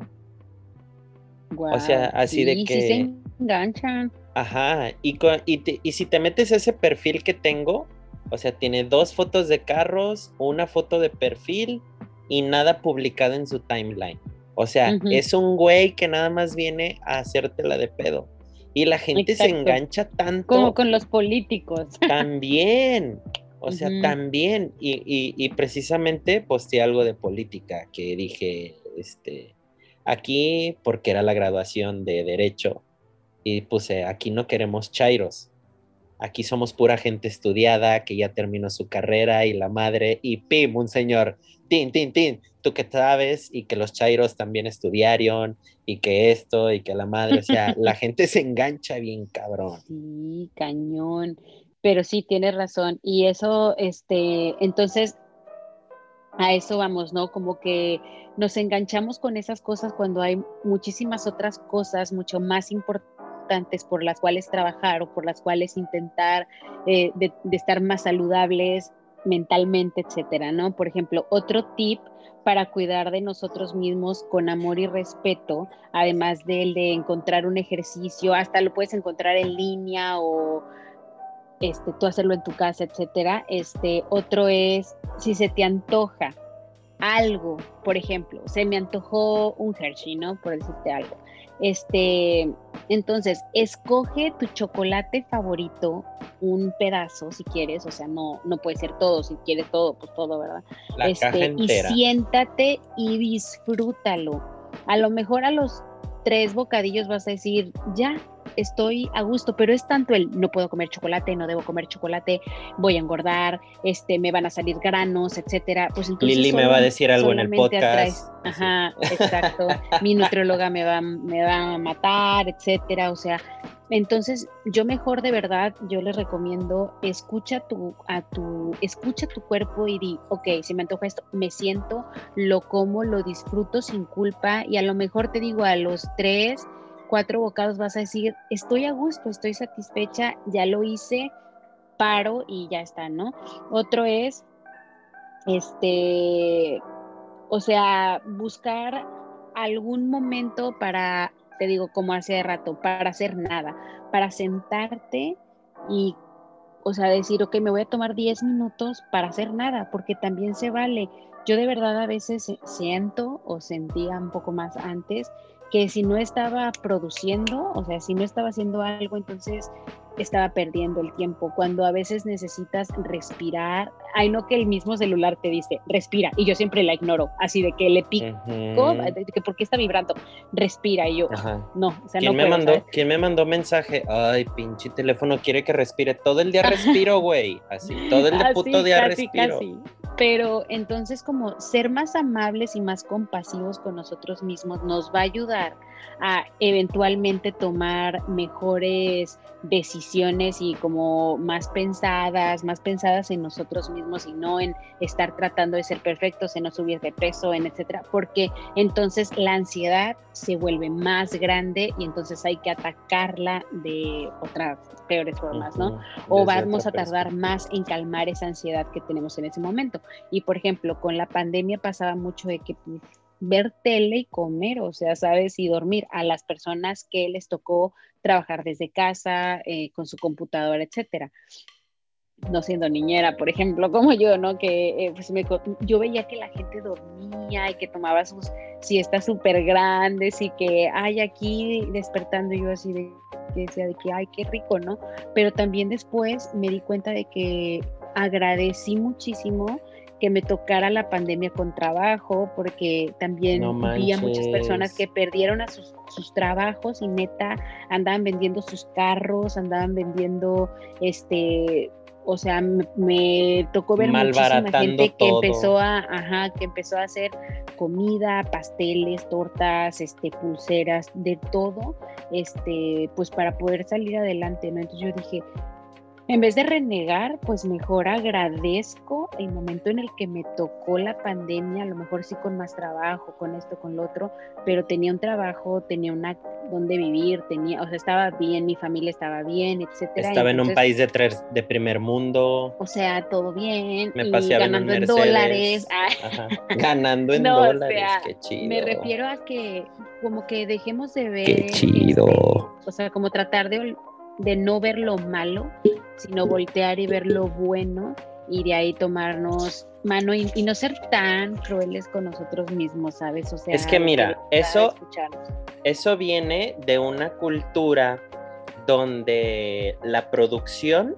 O sea, Wow. así de Sí, sí se que, enganchan. ajá, y, con, y, te, y si te metes a ese perfil que tengo, o sea, tiene dos fotos de carros, una foto de perfil y nada publicado en su timeline. O sea, Uh-huh. es un güey que nada más viene a hacértela de pedo. Y la gente se Exacto. engancha Como tanto con los políticos. también. O sea, Uh-huh. también. Y, y, y precisamente posteé algo de política que dije, este, aquí, porque era la graduación de Derecho, y puse, aquí no queremos chairos, aquí somos pura gente estudiada que ya terminó su carrera y la madre, y pim, un señor, tin, tin, tin, tú que sabes, y que los chairos también estudiaron, y que esto, y que la madre, o sea, la gente se engancha bien cabrón. Sí, cañón. Pero sí, tienes razón. Y eso, este, entonces, a eso vamos, ¿no? Como que nos enganchamos con esas cosas cuando hay muchísimas otras cosas mucho más importantes por las cuales trabajar o por las cuales intentar eh, de, de estar más saludables. mentalmente, etcétera, ¿no? Por ejemplo, otro tip para cuidar de nosotros mismos con amor y respeto, además del de encontrar un ejercicio, hasta lo puedes encontrar en línea o este, tú hacerlo en tu casa, etcétera. Este, otro es, si se te antoja algo, por ejemplo, se me antojó un Hershey, ¿no? Por decirte algo. Este, entonces, escoge tu chocolate favorito, un pedazo si quieres, o sea, no, no puede ser todo, si quieres todo, pues todo, ¿verdad? La este, caja y entera. siéntate y disfrútalo. A lo mejor a los tres bocadillos vas a decir, ya, estoy a gusto, pero es tanto el no puedo comer chocolate, no debo comer chocolate, voy a engordar, este, me van a salir granos, etcétera. Pues entonces Lili solo, me va a decir algo en el solamente atraes, podcast. ajá, exacto, mi nutrióloga me va, me va a matar, etcétera. O sea, entonces yo mejor de verdad, yo les recomiendo, escucha tu, a tu, escucha tu cuerpo y di, ok, si me antoja esto, me siento, lo como, lo disfruto sin culpa, y a lo mejor te digo, a los tres, cuatro bocados vas a decir, estoy a gusto, estoy satisfecha, ya lo hice, paro y ya está, ¿no? Otro es, este, o sea, buscar algún momento para, te digo, como hace rato, para hacer nada, para sentarte y, o sea, decir, ok, me voy a tomar diez minutos para hacer nada, porque también se vale. Yo de verdad a veces siento o sentía un poco más antes que si no estaba produciendo, o sea, si no estaba haciendo algo, entonces estaba perdiendo el tiempo, cuando a veces necesitas respirar. Ay, no, que el mismo celular te dice, respira, y yo siempre la ignoro, así de que le pico, uh-huh. de que ¿por qué está vibrando? Respira, y yo, ajá. no, o sea, ¿Quién no me puedo, mandó, ¿sabes? ¿Quién me mandó mensaje? Ay, pinche teléfono quiere que respire, todo el día respiro, güey, así, todo el de puto así, día casi, respiro. Casi. Pero entonces, como ser más amables y más compasivos con nosotros mismos nos va a ayudar a eventualmente tomar mejores decisiones y como más pensadas, más pensadas en nosotros mismos y no en estar tratando de ser perfectos, en no subir de peso, en etcétera, porque entonces la ansiedad se vuelve más grande y entonces hay que atacarla de otras peores formas, ¿no? O vamos a tardar más en calmar esa ansiedad que tenemos en ese momento. Y por ejemplo, con la pandemia pasaba mucho de que pues, ver tele y comer, o sea, ¿sabes? Y dormir. A las personas que les tocó trabajar desde casa, eh, con su computadora, etcétera. No siendo niñera, por ejemplo, como yo, ¿no? Que eh, pues me, yo veía que la gente dormía y que tomaba sus siestas súper grandes y que, ay, aquí despertando yo así de, que decía de que, ay, qué rico, ¿no? Pero también después me di cuenta de que agradecí muchísimo que me tocara la pandemia con trabajo, porque también no vi a muchas personas que perdieron a sus, sus trabajos y neta andaban vendiendo sus carros, andaban vendiendo, este, o sea, me, me tocó ver muchísima gente que todo. empezó a, ajá, que empezó a hacer comida, pasteles, tortas, este, pulseras, de todo, este, pues para poder salir adelante, ¿no? Entonces yo dije, en vez de renegar, pues mejor agradezco el momento en el que me tocó la pandemia, a lo mejor sí con más trabajo, con esto, con lo otro, pero tenía un trabajo, tenía una donde vivir, tenía, o sea, estaba bien, mi familia estaba bien, etcétera. Estaba Entonces, en un país de, tres, de primer mundo. O sea, todo bien, me y ganando en, en dólares. Ajá. Ganando en no, dólares, o sea, qué chido. Me refiero a que como que dejemos de ver. Qué chido. Este, o sea, como tratar de, de no ver lo malo, sino voltear y ver lo bueno y de ahí tomarnos mano y, y no ser tan crueles con nosotros mismos, ¿sabes? O sea, es que mira, que eso, escucharnos. eso viene de una cultura donde la producción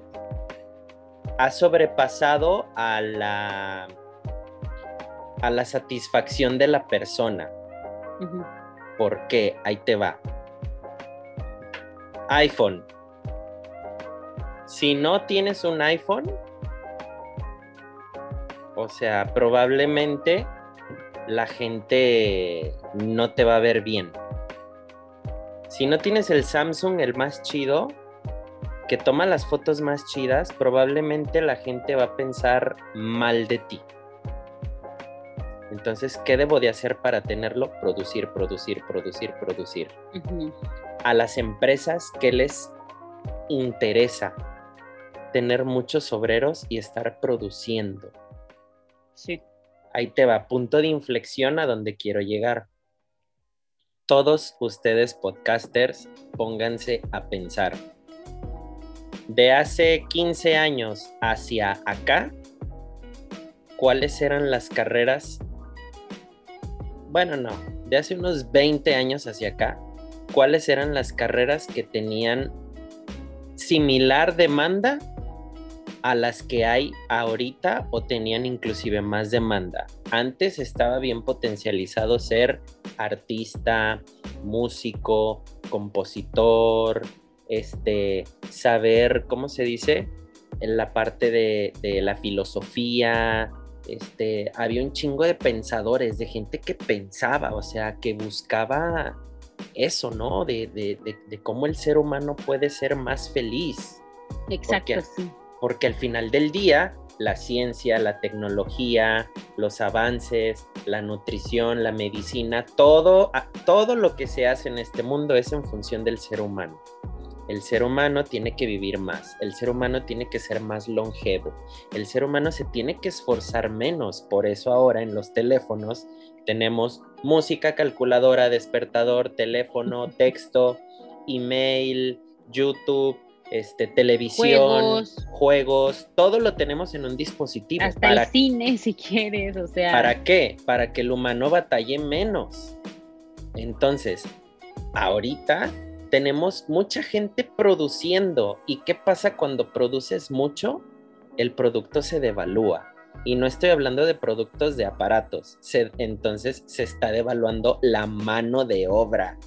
ha sobrepasado a la, a la satisfacción de la persona. Uh-huh. ¿Por qué? Ahí te va. iPhone. Si no tienes un iPhone, o sea, probablemente la gente no te va a ver bien. Si no tienes el Samsung, el más chido, que toma las fotos más chidas, probablemente la gente va a pensar mal de ti. Entonces, ¿qué debo de hacer para tenerlo? Producir, producir, producir, producir. Uh-huh. A las empresas, ¿qué les interesa? tener muchos obreros y estar produciendo. Sí. Ahí te va, punto de inflexión a donde quiero llegar. Todos ustedes podcasters, pónganse a pensar. De hace quince años hacia acá, ¿cuáles eran las carreras? Bueno, no, de hace unos veinte años hacia acá, ¿cuáles eran las carreras que tenían similar demanda a las que hay ahorita o tenían inclusive más demanda? Antes estaba bien potencializado ser artista, músico, compositor, este, saber, ¿cómo se dice? En la parte de, de la filosofía, este, había un chingo de pensadores, de gente que pensaba, o sea, que buscaba eso, ¿no? De, de, de, de cómo el ser humano puede ser más feliz. Exacto, porque, sí. Porque al final del día, la ciencia, la tecnología, los avances, la nutrición, la medicina, todo, todo lo que se hace en este mundo es en función del ser humano. El ser humano tiene que vivir más, el ser humano tiene que ser más longevo, el ser humano se tiene que esforzar menos. Por eso ahora en los teléfonos tenemos música, calculadora, despertador, teléfono, texto, email, YouTube, este, televisión, juegos, juegos, todo lo tenemos en un dispositivo. Hasta ¿Para el cine, si quieres, o sea. ¿Para qué? Para que el humano batalle menos. Entonces, ahorita tenemos mucha gente produciendo. ¿Y qué pasa cuando produces mucho? El producto se devalúa. Y no estoy hablando de productos de aparatos. Se, entonces se está devaluando la mano de obra.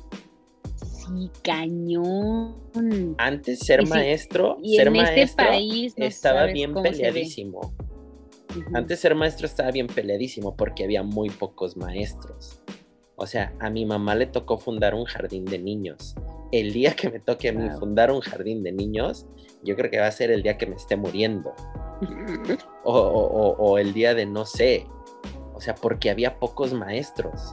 Sí, cañón. Antes ser y sí, maestro, y ser en maestro este país no estaba sabes bien cómo peleadísimo. Uh-huh. Antes ser maestro estaba bien peleadísimo porque había muy pocos maestros. O sea, a mi mamá le tocó fundar un jardín de niños. El día que me toque a mí wow. fundar un jardín de niños, yo creo que va a ser el día que me esté muriendo. o, o, o el día de no sé. O sea, porque había pocos maestros.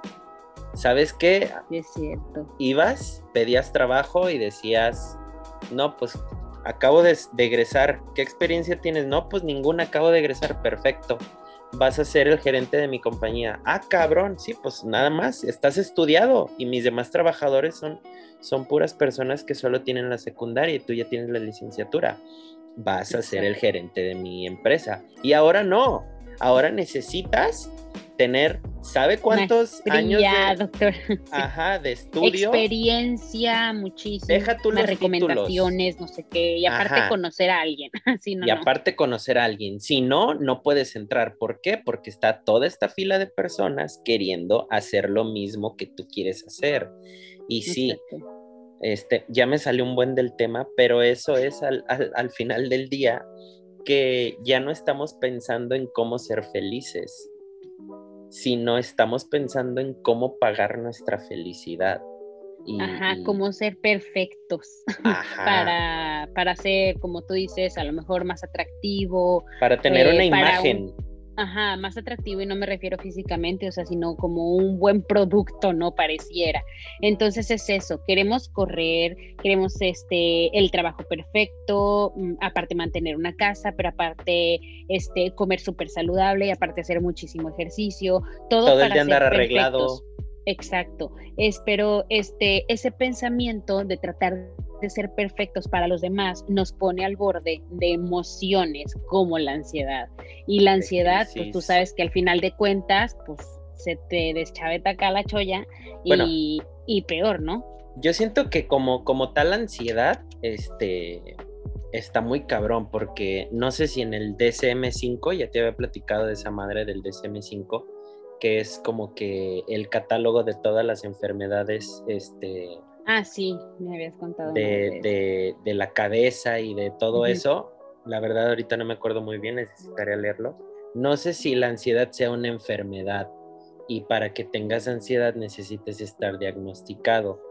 ¿Sabes qué? Sí, es cierto. Ibas, pedías trabajo y decías, no, pues acabo de, de egresar. ¿Qué experiencia tienes? No, pues ninguna, acabo de egresar. Perfecto. Vas a ser el gerente de mi compañía. Ah, cabrón, sí, pues nada más, estás estudiado y mis demás trabajadores son, son puras personas que solo tienen la secundaria y tú ya tienes la licenciatura. Vas a ser el gerente de mi empresa. Y ahora no, ahora necesitas tener, ¿sabe cuántos Maestría, años de, doctor. ajá, de estudio? Experiencia, muchísimo. Deja tú los recomendaciones, títulos. No sé qué, y aparte ajá. conocer a alguien. sí, no, y aparte no. conocer a alguien. Si no, no puedes entrar. ¿Por qué? Porque está toda esta fila de personas queriendo hacer lo mismo que tú quieres hacer. Y sí, este, ya me salió un buen del tema, pero eso es al, al, al final del día que ya no estamos pensando en cómo ser felices, sino estamos pensando en cómo pagar nuestra felicidad. Y, Ajá, y... cómo ser perfectos Ajá. para, para ser, como tú dices, a lo mejor más atractivo. Para tener eh, una imagen. Un... Ajá, más atractivo, y no me refiero físicamente, o sea, sino como un buen producto, ¿no? Pareciera. Entonces es eso, queremos correr, queremos este, el trabajo perfecto, aparte mantener una casa, pero aparte este, comer súper saludable, y aparte hacer muchísimo ejercicio, todo, todo para el de andar ser arreglado. Perfectos. Exacto, es, pero este, ese pensamiento de tratar de ser perfectos para los demás nos pone al borde de emociones como la ansiedad. Y la ansiedad, pues tú sabes que al final de cuentas, pues se te deschaveta acá la cholla y, bueno, y peor, ¿no? Yo siento que como, como tal ansiedad, este, está muy cabrón, porque no sé si en el D S M cinco, ya te había platicado de esa madre del D S M cinco, que es como que el catálogo de todas las enfermedades, este... Ah, sí, me habías contado. De, de, de, de la cabeza y de todo uh-huh. eso. La verdad ahorita no me acuerdo muy bien, necesitaría leerlo. No sé si la ansiedad sea una enfermedad y para que tengas ansiedad necesites estar diagnosticado.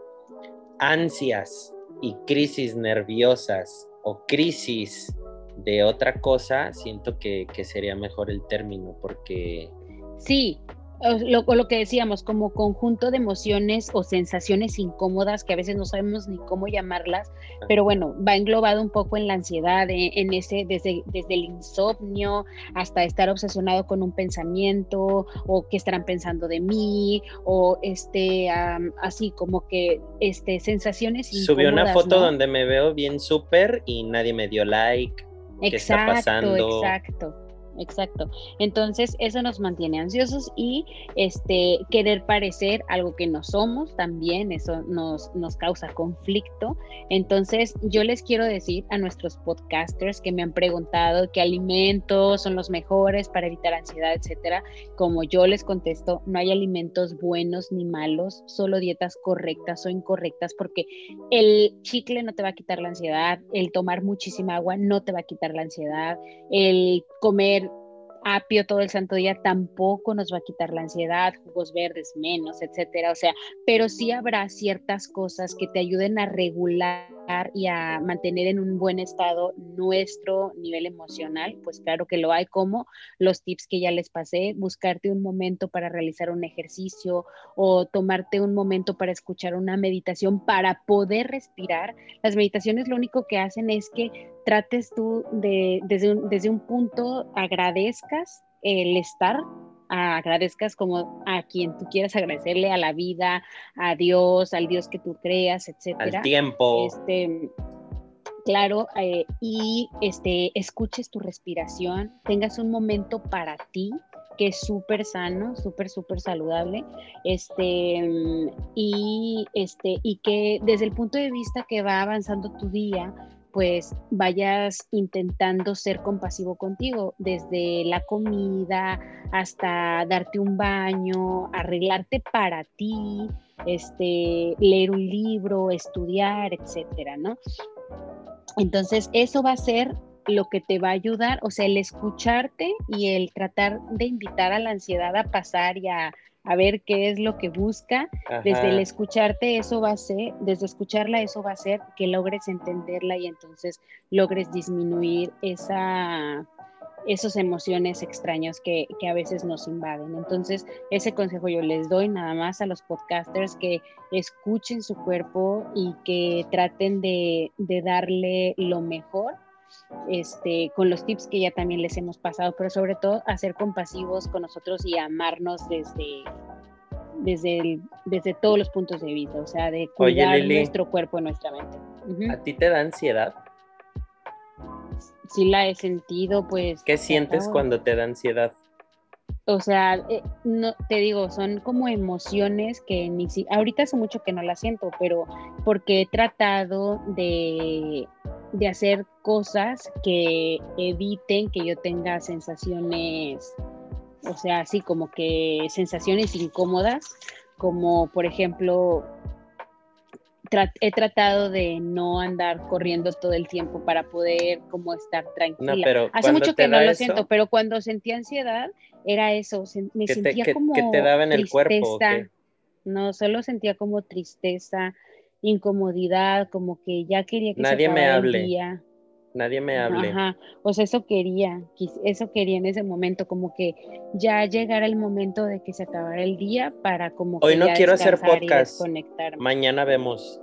Ansias y crisis nerviosas o crisis de otra cosa, siento que, que sería mejor el término porque... Sí, lo, lo que decíamos, como conjunto de emociones o sensaciones incómodas que a veces no sabemos ni cómo llamarlas, pero bueno, va englobado un poco en la ansiedad, en, en ese, desde, desde el insomnio hasta estar obsesionado con un pensamiento, o qué estarán pensando de mí, o este, um, así como que este, sensaciones Subí una incómodas, foto ¿no? donde me veo bien súper y nadie me dio like. ¿Qué está Exacto, pasando? exacto, exacto. Entonces, eso nos mantiene ansiosos y este querer parecer algo que no somos también, eso nos, nos causa conflicto. Entonces, yo les quiero decir a nuestros podcasters que me han preguntado qué alimentos son los mejores para evitar ansiedad, etcétera. Como yo les contesto, no hay alimentos buenos ni malos, solo dietas correctas o incorrectas, porque el chicle no te va a quitar la ansiedad, el tomar muchísima agua no te va a quitar la ansiedad, el comer apio todo el santo día tampoco nos va a quitar la ansiedad, jugos verdes menos, etcétera. O sea, pero sí habrá ciertas cosas que te ayuden a regular y a mantener en un buen estado nuestro nivel emocional. Pues claro que lo hay, como los tips que ya les pasé, buscarte un momento para realizar un ejercicio o tomarte un momento para escuchar una meditación para poder respirar. Las meditaciones lo único que hacen es que trates tú de, desde, un, desde un punto, agradezcas el estar, agradezcas como a quien tú quieras agradecerle, a la vida, a Dios, al Dios que tú creas, etcétera. Al tiempo. Este, claro, eh, y este, escuches tu respiración, tengas un momento para ti, que es súper sano, súper, súper saludable, este, y, este, y que desde el punto de vista que va avanzando tu día, pues vayas intentando ser compasivo contigo, desde la comida hasta darte un baño, arreglarte para ti, este, leer un libro, estudiar, etcétera, ¿no? Entonces, eso va a ser lo que te va a ayudar, o sea, el escucharte y el tratar de invitar a la ansiedad a pasar y a, a ver qué es lo que busca. Ajá. Desde el escucharte, eso va a ser, desde escucharla, eso va a ser que logres entenderla y entonces logres disminuir esa, esas emociones extrañas que, que a veces nos invaden. Entonces, ese consejo yo les doy nada más a los podcasters, que escuchen su cuerpo y que traten de, de darle lo mejor, este, con los tips que ya también les hemos pasado, pero sobre todo a ser compasivos con nosotros y amarnos desde, desde, el, desde todos los puntos de vista, o sea, de cuidar Oye, Lili, nuestro cuerpo y nuestra mente. Uh-huh. ¿A ti te da ansiedad? Sí la he sentido, pues. ¿Qué sientes acabo. cuando te da ansiedad? O sea, eh, no, te digo, son como emociones que ni si, ahorita hace mucho que no las siento, pero porque he tratado de, de hacer cosas que eviten que yo tenga sensaciones, o sea, así como que sensaciones incómodas, como por ejemplo, tra- he tratado de no andar corriendo todo el tiempo para poder como estar tranquila. No, pero hace mucho que no eso, lo siento, pero cuando sentía ansiedad era eso, me ¿Qué sentía te, como ¿qué te daba en tristeza, el cuerpo? ¿Qué? No, solo sentía como tristeza, incomodidad, como que ya quería que Nadie se acabara me el hable. día. Nadie me hable. Ajá, o sea, eso quería, eso quería en ese momento, como que ya llegara el momento de que se acabara el día para como Hoy que no ya quiero hacer descansar y podcast. desconectarme. Mañana vemos.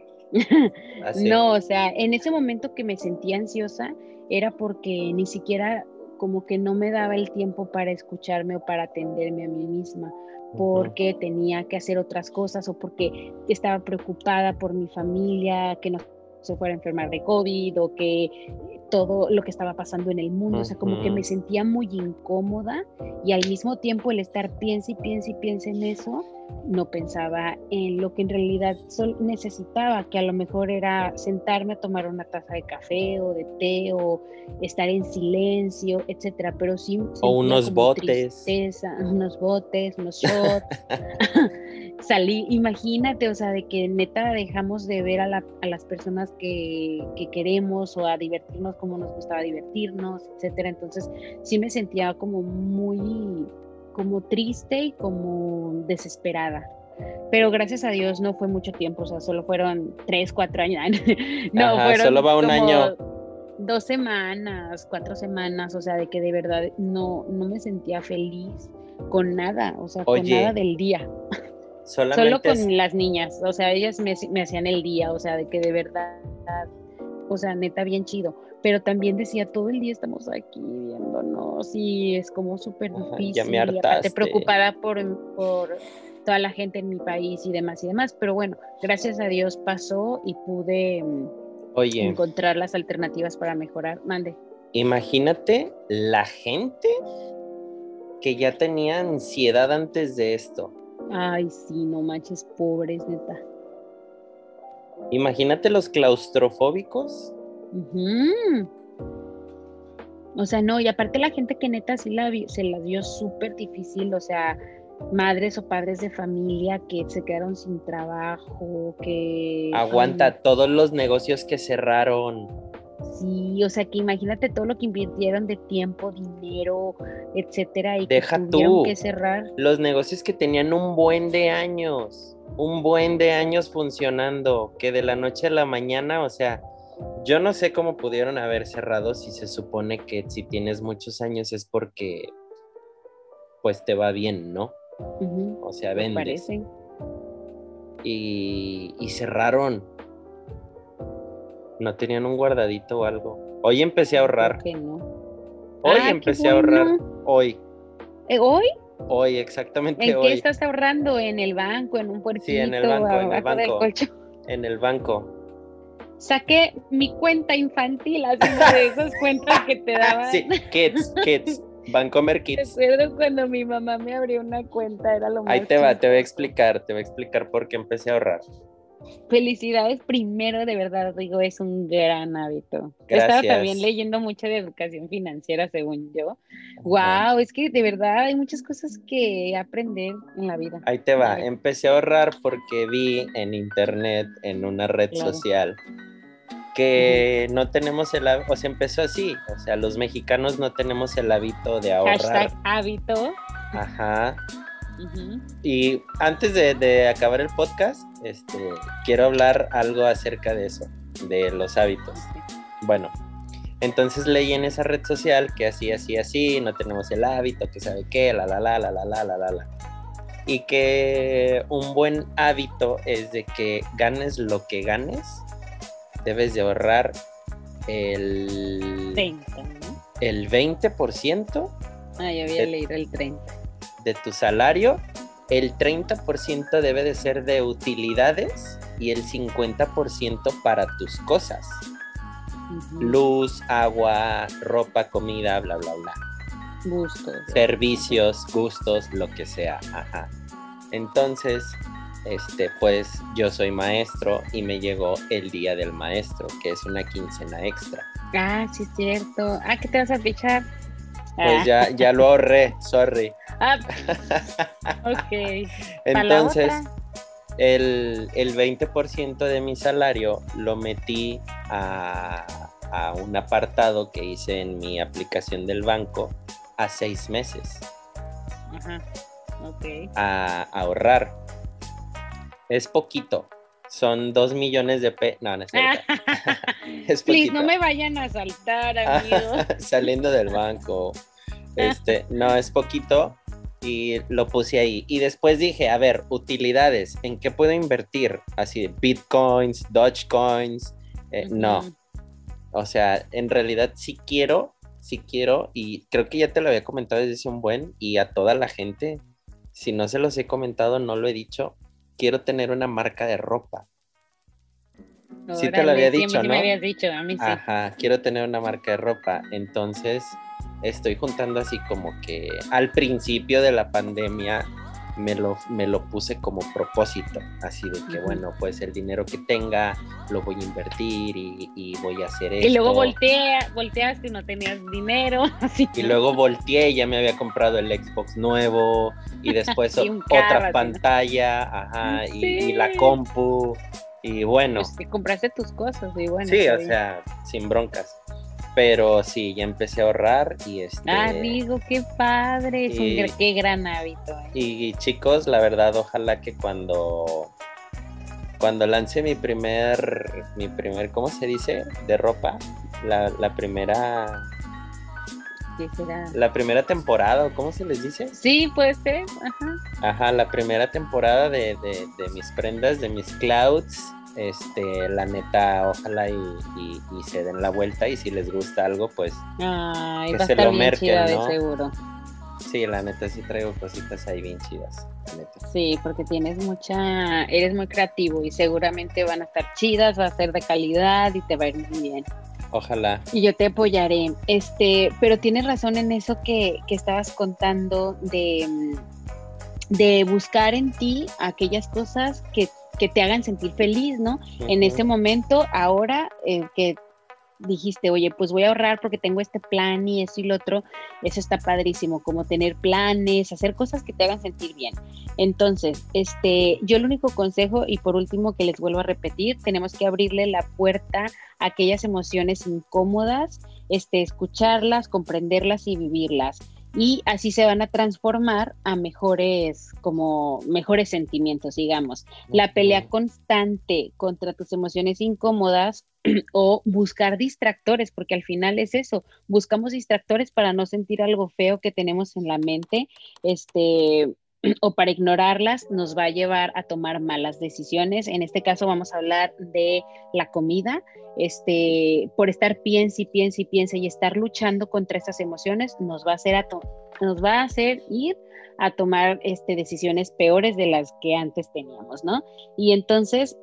Así. No, o sea, en ese momento que me sentía ansiosa era porque ni siquiera como que no me daba el tiempo para escucharme o para atenderme a mí misma, porque uh-huh. tenía que hacer otras cosas o porque estaba preocupada por mi familia, que no se fuera a enfermar de COVID o que todo lo que estaba pasando en el mundo, uh-huh. o sea, como que me sentía muy incómoda y al mismo tiempo el estar piense y piense y piense en eso, no pensaba en lo que en realidad necesitaba, que a lo mejor era sentarme a tomar una taza de café o de té o estar en silencio, etcétera, pero sí o unos como botes, tristeza, unos botes, unos shots. Salí, imagínate, o sea, de que neta dejamos de ver a, la, a las personas que, que queremos o a divertirnos como nos gustaba divertirnos, etcétera. Entonces sí me sentía como muy, como triste y como desesperada. Pero gracias a Dios no fue mucho tiempo, o sea, solo fueron tres, cuatro años. No, Ajá, fueron solo va un como año. dos semanas, cuatro semanas, o sea, de que de verdad no, no me sentía feliz. con nada, o sea, Oye, con nada del día. Solamente Solo con es- las niñas, o sea, ellas me, me hacían el día, o sea, de que de verdad, o sea, neta, bien chido. Pero también decía, todo el día estamos aquí viéndonos y es como súper Ajá, ya me difícil, y aparte hartaste. preocupada por, por toda la gente en mi país y demás y demás. Pero bueno, gracias a Dios pasó y pude mm, Oye, encontrar las alternativas para mejorar. Mande. imagínate la gente que ya tenía ansiedad antes de esto. Ay, sí, no manches, pobres, neta. Imagínate los claustrofóbicos. Ujú. O sea, no, y aparte la gente que neta sí la vi- se las vio súper difícil, o sea, madres o padres de familia que se quedaron sin trabajo, que, ay, no, Aguanta, todos los negocios que cerraron. sí, o sea, que imagínate todo lo que invirtieron de tiempo, dinero, etcétera, y que Deja tuvieron que tú, cerrar. los negocios que tenían un buen de años, un buen de años funcionando, que de la noche a la mañana, o sea, yo no sé cómo pudieron haber cerrado si se supone que si tienes muchos años es porque pues te va bien, ¿no? Ujú, O sea, pues vendes. parece. Y, y cerraron, no tenían un guardadito o algo. Hoy empecé a Creo ahorrar, que no. hoy Ah, qué empecé a ahorrar, bueno. hoy, Eh, ¿Hoy? hoy, exactamente ¿En qué hoy. estás ahorrando? ¿En el banco? ¿En un Sí, en el puerquito? banco, en el ¿Abajo del banco, colchón? en el banco. Saqué mi cuenta infantil, así una de esas cuentas que te daban. Sí, Kids, Kids, Bancomer Kids. Recuerdo cuando mi mamá me abrió una cuenta, era lo Ahí más te va, te voy a chistoso. explicar, te voy a explicar por qué empecé a ahorrar. Felicidades primero, de verdad, digo, es un gran hábito. Estaba también Gracias. leyendo mucho de educación financiera, según yo. Ajá. Wow, es que de verdad hay muchas cosas que aprender en la vida. Ahí te va, Dale, empecé a ahorrar porque vi en internet, en una red claro. social, Ujú. que no tenemos el hábito, o sea, empezó así, o sea, los mexicanos no tenemos el hábito de ahorrar. Hashtag hábito. Ajá. Ujú. Y antes de, de acabar el podcast, este, quiero hablar algo acerca de eso, de los hábitos. Bueno, entonces leí en esa red social que así, así, así, no tenemos el hábito, que sabe qué, la, la, la, la, la, la, la, la, la. Y que un buen hábito es de que ganes lo que ganes, debes de ahorrar el, treinta, ¿no? el veinte por ciento Ah, yo había de, leído el treinta. de tu salario, el treinta por ciento debe de ser de utilidades y el cincuenta por ciento para tus cosas. Ujú. Luz, agua, ropa, comida, bla, bla, bla. Gustos. Servicios, gustos, lo que sea. Ajá. Entonces, este, pues yo soy maestro y me llegó el día del maestro, que es una quincena extra. Ah, sí, es cierto. Ah, ¿qué te vas a fichar? Pues Ah. ya, ya lo ahorré, sorry. Ah, ok. Entonces, ¿Para la otra? el, el veinte por ciento de mi salario lo metí a, a un apartado que hice en mi aplicación del banco a seis meses. Ajá. Ok. A, a ahorrar. Es poquito. Son dos millones de pesos. No, no es cierto. Es Please, poquito. no me vayan a saltar, amigos. Saliendo del banco. Este, no, es poquito. Y lo puse ahí. Y después dije, a ver, utilidades. ¿En qué puedo invertir? Así, Bitcoins, Dogecoins. Eh, Ujú. No. O sea, en realidad sí quiero, sí quiero. Y creo que ya te lo había comentado desde hace un buen. Y a toda la gente, si no se los he comentado, no lo he dicho. Quiero tener una marca de ropa. Sí te lo Órale, había sí, a mí dicho, sí me ¿no? habías dicho, a mí sí. Ajá, quiero tener una marca de ropa. Entonces, estoy juntando así como que al principio de la pandemia me lo, me lo puse como propósito. Así de que, Ujú. bueno, pues el dinero que tenga lo voy a invertir y, y voy a hacer esto. Y luego voltea, volteaste y no tenías dinero. Así, Y ¿no? luego volteé y ya me había comprado el Xbox nuevo y después Y un carro, otra así, ¿no? pantalla, ajá, y, Sí. y la compu. Y bueno, Pues que compraste tus cosas y bueno. sí, está o bien. sea, sin broncas. Pero sí, ya empecé a ahorrar y este... Ah, amigo, qué padre, es un y, gra- qué gran hábito. ¿eh? y chicos, la verdad, ojalá que cuando cuando lance mi primer, mi primer, ¿cómo se dice? De ropa, la, la primera ¿Qué será? La primera temporada, ¿o cómo se les dice? Sí, puede ser, ajá. Ajá, la primera temporada de, de, de mis prendas, de mis clouds. Este, la neta, ojalá y, y, y se den la vuelta, y si les gusta algo, pues Ay, que va a se estar lo bien merquen, chida de ¿no? seguro. Sí, la neta sí traigo cositas ahí bien chidas, la neta. Sí, porque tienes mucha, eres muy creativo y seguramente van a estar chidas, va a ser de calidad y te va a ir muy bien. Ojalá. Y yo te apoyaré. Este, pero tienes razón en eso que, que estabas contando de, de buscar en ti aquellas cosas que, que te hagan sentir feliz, ¿no? Uh-huh. En ese momento, ahora eh, que dijiste, oye, pues voy a ahorrar porque tengo este plan y eso y lo otro, eso está padrísimo, como tener planes, hacer cosas que te hagan sentir bien. Entonces, este, yo el único consejo, y por último que les vuelvo a repetir, tenemos que abrirle la puerta a aquellas emociones incómodas, este, escucharlas, comprenderlas y vivirlas. Y así se van a transformar a mejores, como mejores sentimientos, digamos. La pelea constante contra tus emociones incómodas o buscar distractores, porque al final es eso, buscamos distractores para no sentir algo feo que tenemos en la mente, este, o para ignorarlas, nos va a llevar a tomar malas decisiones. En este caso vamos a hablar de la comida. Este, por estar piense y piense y piense y estar luchando contra esas emociones, nos va a hacer, a to- nos va a hacer ir a tomar este, decisiones peores de las que antes teníamos, ¿no? Y entonces,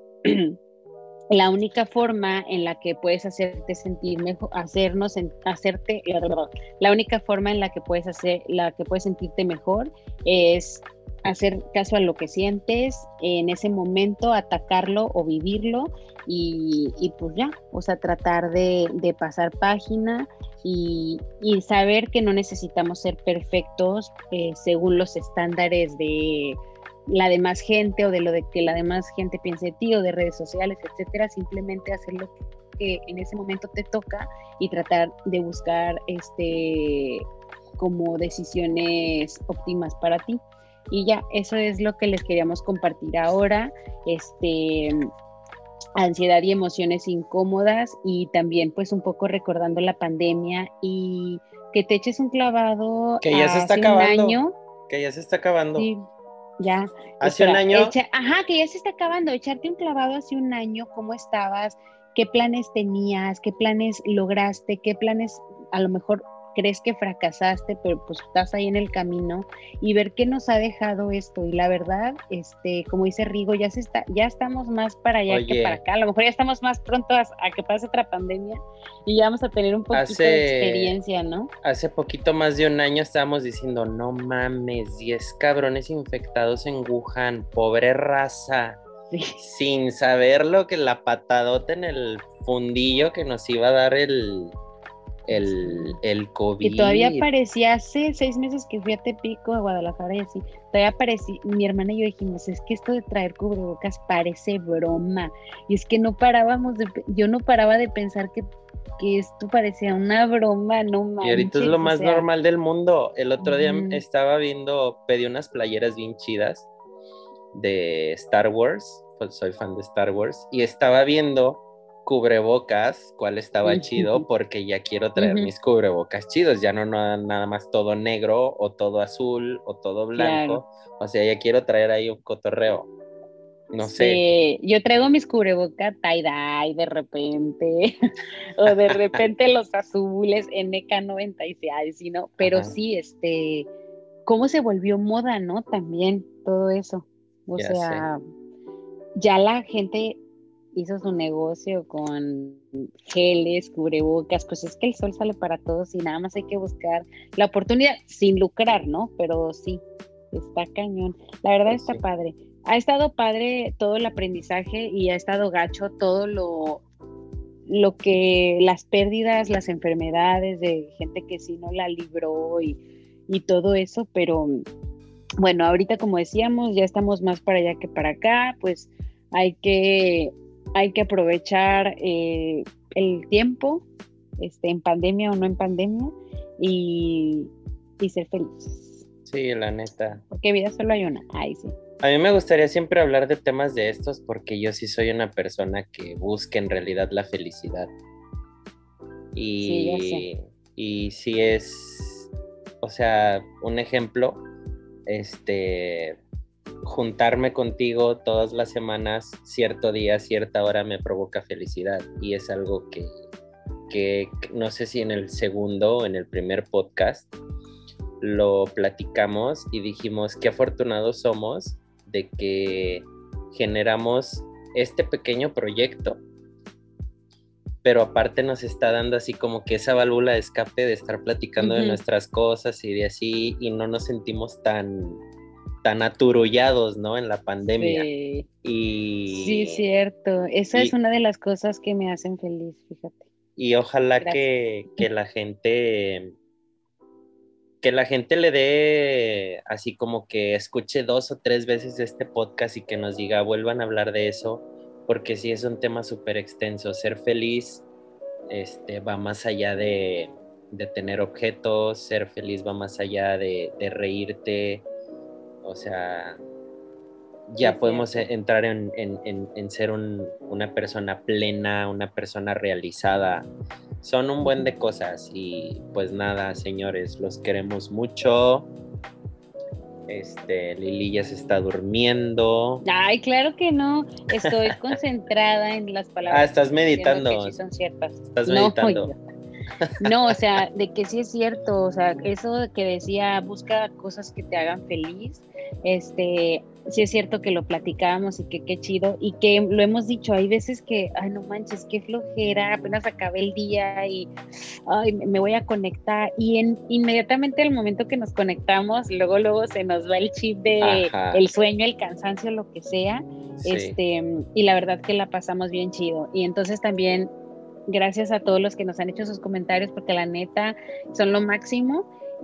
la única forma en la que puedes hacerte sentir mejor, hacernos, hacerte, la única forma en la que puedes hacer, la que puedes sentirte mejor es hacer caso a lo que sientes en ese momento, atacarlo o vivirlo y, y pues ya, o sea, tratar de, de pasar página y, y saber que no necesitamos ser perfectos eh, según los estándares de la demás gente o de lo de que la demás gente piense de ti o de redes sociales, etcétera. Simplemente hacer lo que en ese momento te toca y tratar de buscar este como decisiones óptimas para ti. Y ya, eso es lo que les queríamos compartir ahora, este, ansiedad y emociones incómodas, y también pues un poco recordando la pandemia y que te eches un clavado que ya se está hace acabando, un año. que ya se está acabando. Sí, ya. Hace Espera, un año. Echa, ajá, que ya se está acabando, echarte un clavado hace un año, ¿cómo estabas? ¿Qué planes tenías? ¿Qué planes lograste? ¿Qué planes a lo mejor crees que fracasaste, pero pues estás ahí en el camino? Y ver qué nos ha dejado esto. Y la verdad, este, como dice Rigo, ya se está, ya estamos más para allá Oye, que para acá. A lo mejor ya estamos más pronto a, a que pase otra pandemia y ya vamos a tener un poquito hace, de experiencia, ¿no? Hace poquito más de un año estábamos diciendo, no mames, diez cabrones infectados en Wuhan, pobre raza. Sí. Sin saber lo que la patadota en el fundillo que nos iba a dar el, el, el COVID. Que todavía parecía hace seis meses que fui a Tepico, a Guadalajara y así, todavía parecía, mi hermana y yo dijimos, es que esto de traer cubrebocas parece broma, y es que no parábamos de, yo no paraba de pensar que, que esto parecía una broma, no manches. Y ahorita es lo más o sea, normal del mundo. El otro uh-huh. día estaba viendo, pedí unas playeras bien chidas de Star Wars, pues soy fan de Star Wars, y estaba viendo cubrebocas, cuál estaba uh-huh. chido, porque ya quiero traer uh-huh. mis cubrebocas chidos, ya no, no nada más todo negro, o todo azul, o todo blanco, claro. O sea, ya quiero traer ahí un cotorreo, no sé. Sí, yo traigo mis cubrebocas tie-dye de repente, o de repente los azules N K noventa y seis, ¿no? Pero Ajá. sí, este, cómo se volvió moda, ¿no? También, todo eso, o ya sea, sé. Ya la gente hizo su negocio con geles, cubrebocas, pues es que el sol sale para todos y nada más hay que buscar la oportunidad sin lucrar, ¿no? Pero sí, está cañón. La verdad pues está sí. padre. Ha estado padre todo el aprendizaje y ha estado gacho todo lo, lo que, las pérdidas, las enfermedades de gente que sí no la libró y, y todo eso, pero bueno, ahorita como decíamos, ya estamos más para allá que para acá, pues hay que, hay que aprovechar eh, el tiempo, este, en pandemia o no en pandemia, y, y ser felices. Sí, la neta. Porque vida solo hay una. Ay, sí. A mí me gustaría siempre hablar de temas de estos porque yo sí soy una persona que busca en realidad la felicidad. Y, sí, ya sé. y sí es, o sea, un ejemplo, este, juntarme contigo todas las semanas, cierto día, cierta hora me provoca felicidad y es algo que, que no sé si en el segundo o en el primer podcast lo platicamos y dijimos qué afortunados somos de que generamos este pequeño proyecto, pero aparte nos está dando así como que esa válvula de escape de estar platicando uh-huh. de nuestras cosas y de así, y no nos sentimos tan, tan aturullados, ¿no? En la pandemia. Sí, y, sí, cierto. Esa y, es una de las cosas que me hacen feliz, fíjate. Y ojalá que, que la gente... que la gente le dé así como que escuche dos o tres veces este podcast y que nos diga, vuelvan a hablar de eso, porque sí es un tema súper extenso. Ser feliz este, va más allá de, de tener objetos, ser feliz va más allá de, de reírte, o sea, ya sí, podemos cierto. entrar en, en, en, en ser un, una persona plena, una persona realizada. Son un buen de cosas y pues nada, señores, los queremos mucho. Este, Lili ya se está durmiendo. Ay, claro que no, estoy concentrada en las palabras. Ah, estás meditando. Que sí son ciertas. Estás meditando. No, no, o sea, de que sí es cierto, o sea, eso que decía, busca cosas que te hagan feliz, este, sí es cierto que lo platicábamos y que qué chido, y que lo hemos dicho, hay veces que, ay, no manches, qué flojera, apenas acabé el día y, ay, me voy a conectar, y en, inmediatamente al momento que nos conectamos, luego, luego se nos va el chip de Ajá. el sueño, el cansancio, lo que sea, sí. este, y la verdad que la pasamos bien chido, y entonces también gracias a todos los que nos han hecho sus comentarios, porque la neta son lo máximo,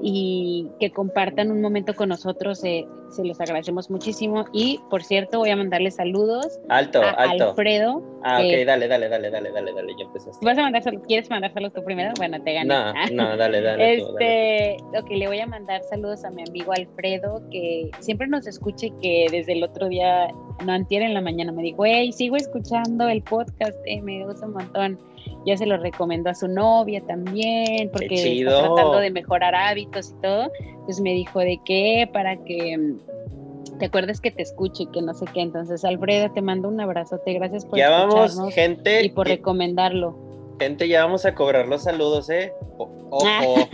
y que compartan un momento con nosotros, eh, se los agradecemos muchísimo. Y por cierto, voy a mandarle saludos alto, a alto. Alfredo. Ah, ok, dale, dale, dale, dale, dale, dale, ya empezaste. ¿Vas a mandar, ¿Quieres mandárselos tú primero? Bueno, te gané. No, no, dale, dale este, tú, dale tú. Ok, le voy a mandar saludos a mi amigo Alfredo, que siempre nos escucha y que desde el otro día, no, antier en la mañana me dijo, hey, sigo escuchando el podcast, eh, me gusta un montón. Ya se lo recomendó a su novia también, porque está tratando de mejorar hábitos y todo. Entonces me dijo de qué, para que te acuerdes que te escuche y que no sé qué. Entonces, Alfredo, te mando un abrazote, gracias por ya escucharnos vamos, gente, y por recomendarlo. Gente, ya vamos a cobrar los saludos, ¿eh? O- ojo,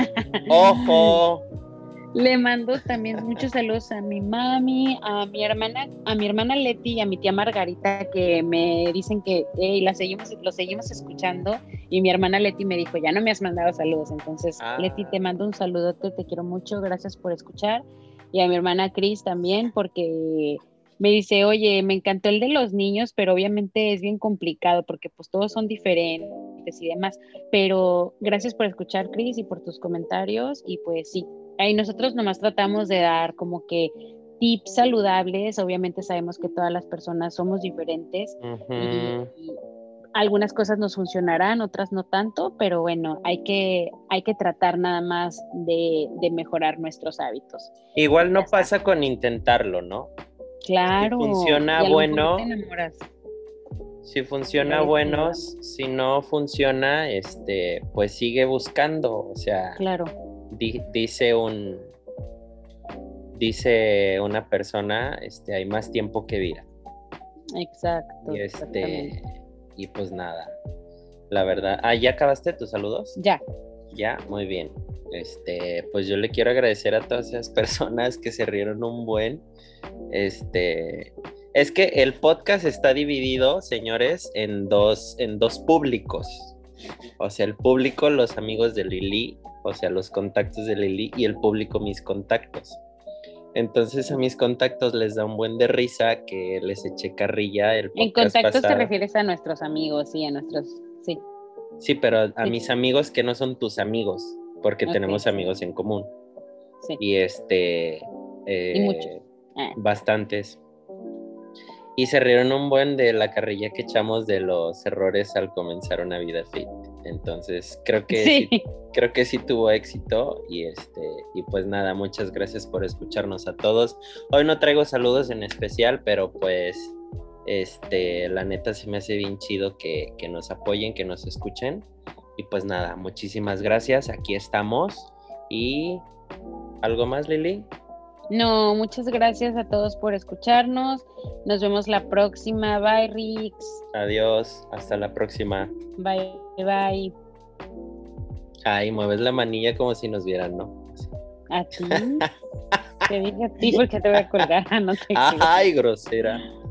ojo. Le mando también muchos saludos a mi mami, a mi hermana, a mi hermana Leti y a mi tía Margarita, que me dicen que hey, la seguimos, lo seguimos escuchando, y mi hermana Leti me dijo, ya no me has mandado saludos, entonces ah. Leti, te mando un saludote, te quiero mucho, gracias por escuchar, y a mi hermana Cris también, porque me dice, oye, me encantó el de los niños, pero obviamente es bien complicado, porque pues todos son diferentes y demás, pero gracias por escuchar, Cris, y por tus comentarios, y pues sí, ahí nosotros nomás tratamos de dar como que tips saludables. Obviamente sabemos que todas las personas somos diferentes uh-huh. y, y algunas cosas nos funcionarán, otras no tanto, pero bueno, hay que, hay que tratar nada más de, de mejorar nuestros hábitos. Igual no pasa está. Con intentarlo, ¿no? Claro. Si funciona bueno, te enamoras. Si funciona sí, bueno, sí. Si no funciona, este, pues sigue buscando, o sea. Claro. Dice un dice una persona, este, hay más tiempo que vida. Exacto. Y este y pues nada. La verdad, ah, ¿ya acabaste tus saludos? Ya. Ya, muy bien. Este, pues yo le quiero agradecer a todas esas personas que se rieron un buen. Este, es que el podcast está dividido, señores, en dos en dos públicos. O sea, el público, los amigos de Lili, o sea, los contactos de Lili, y el público, mis contactos. Entonces a mis contactos les da un buen de risa que les eché carrilla el podcast En contactos pasado. Te refieres a nuestros amigos, sí, a nuestros, sí. Sí, pero a sí. mis amigos que no son tus amigos, porque okay, tenemos amigos sí. en común. Sí. Y este... Eh, y muchos. Ah. Bastantes. Y se rieron un buen de la carrilla que echamos de los errores al comenzar una vida fit. Entonces creo que sí. sí, creo que sí tuvo éxito y este y pues nada, muchas gracias por escucharnos a todos. Hoy no traigo saludos en especial, pero pues este la neta se me hace bien chido que, que nos apoyen, que nos escuchen Y pues nada, muchísimas gracias, aquí estamos. ¿Y algo más, Lili? No, muchas gracias a todos por escucharnos. Nos vemos la próxima. Bye, Rix. Adiós, hasta la próxima. Bye, bye. Ay, mueves la manilla como si nos vieran, ¿no? ¿A ti? Te dije a ti porque te voy a colgar. No te Ay, grosera.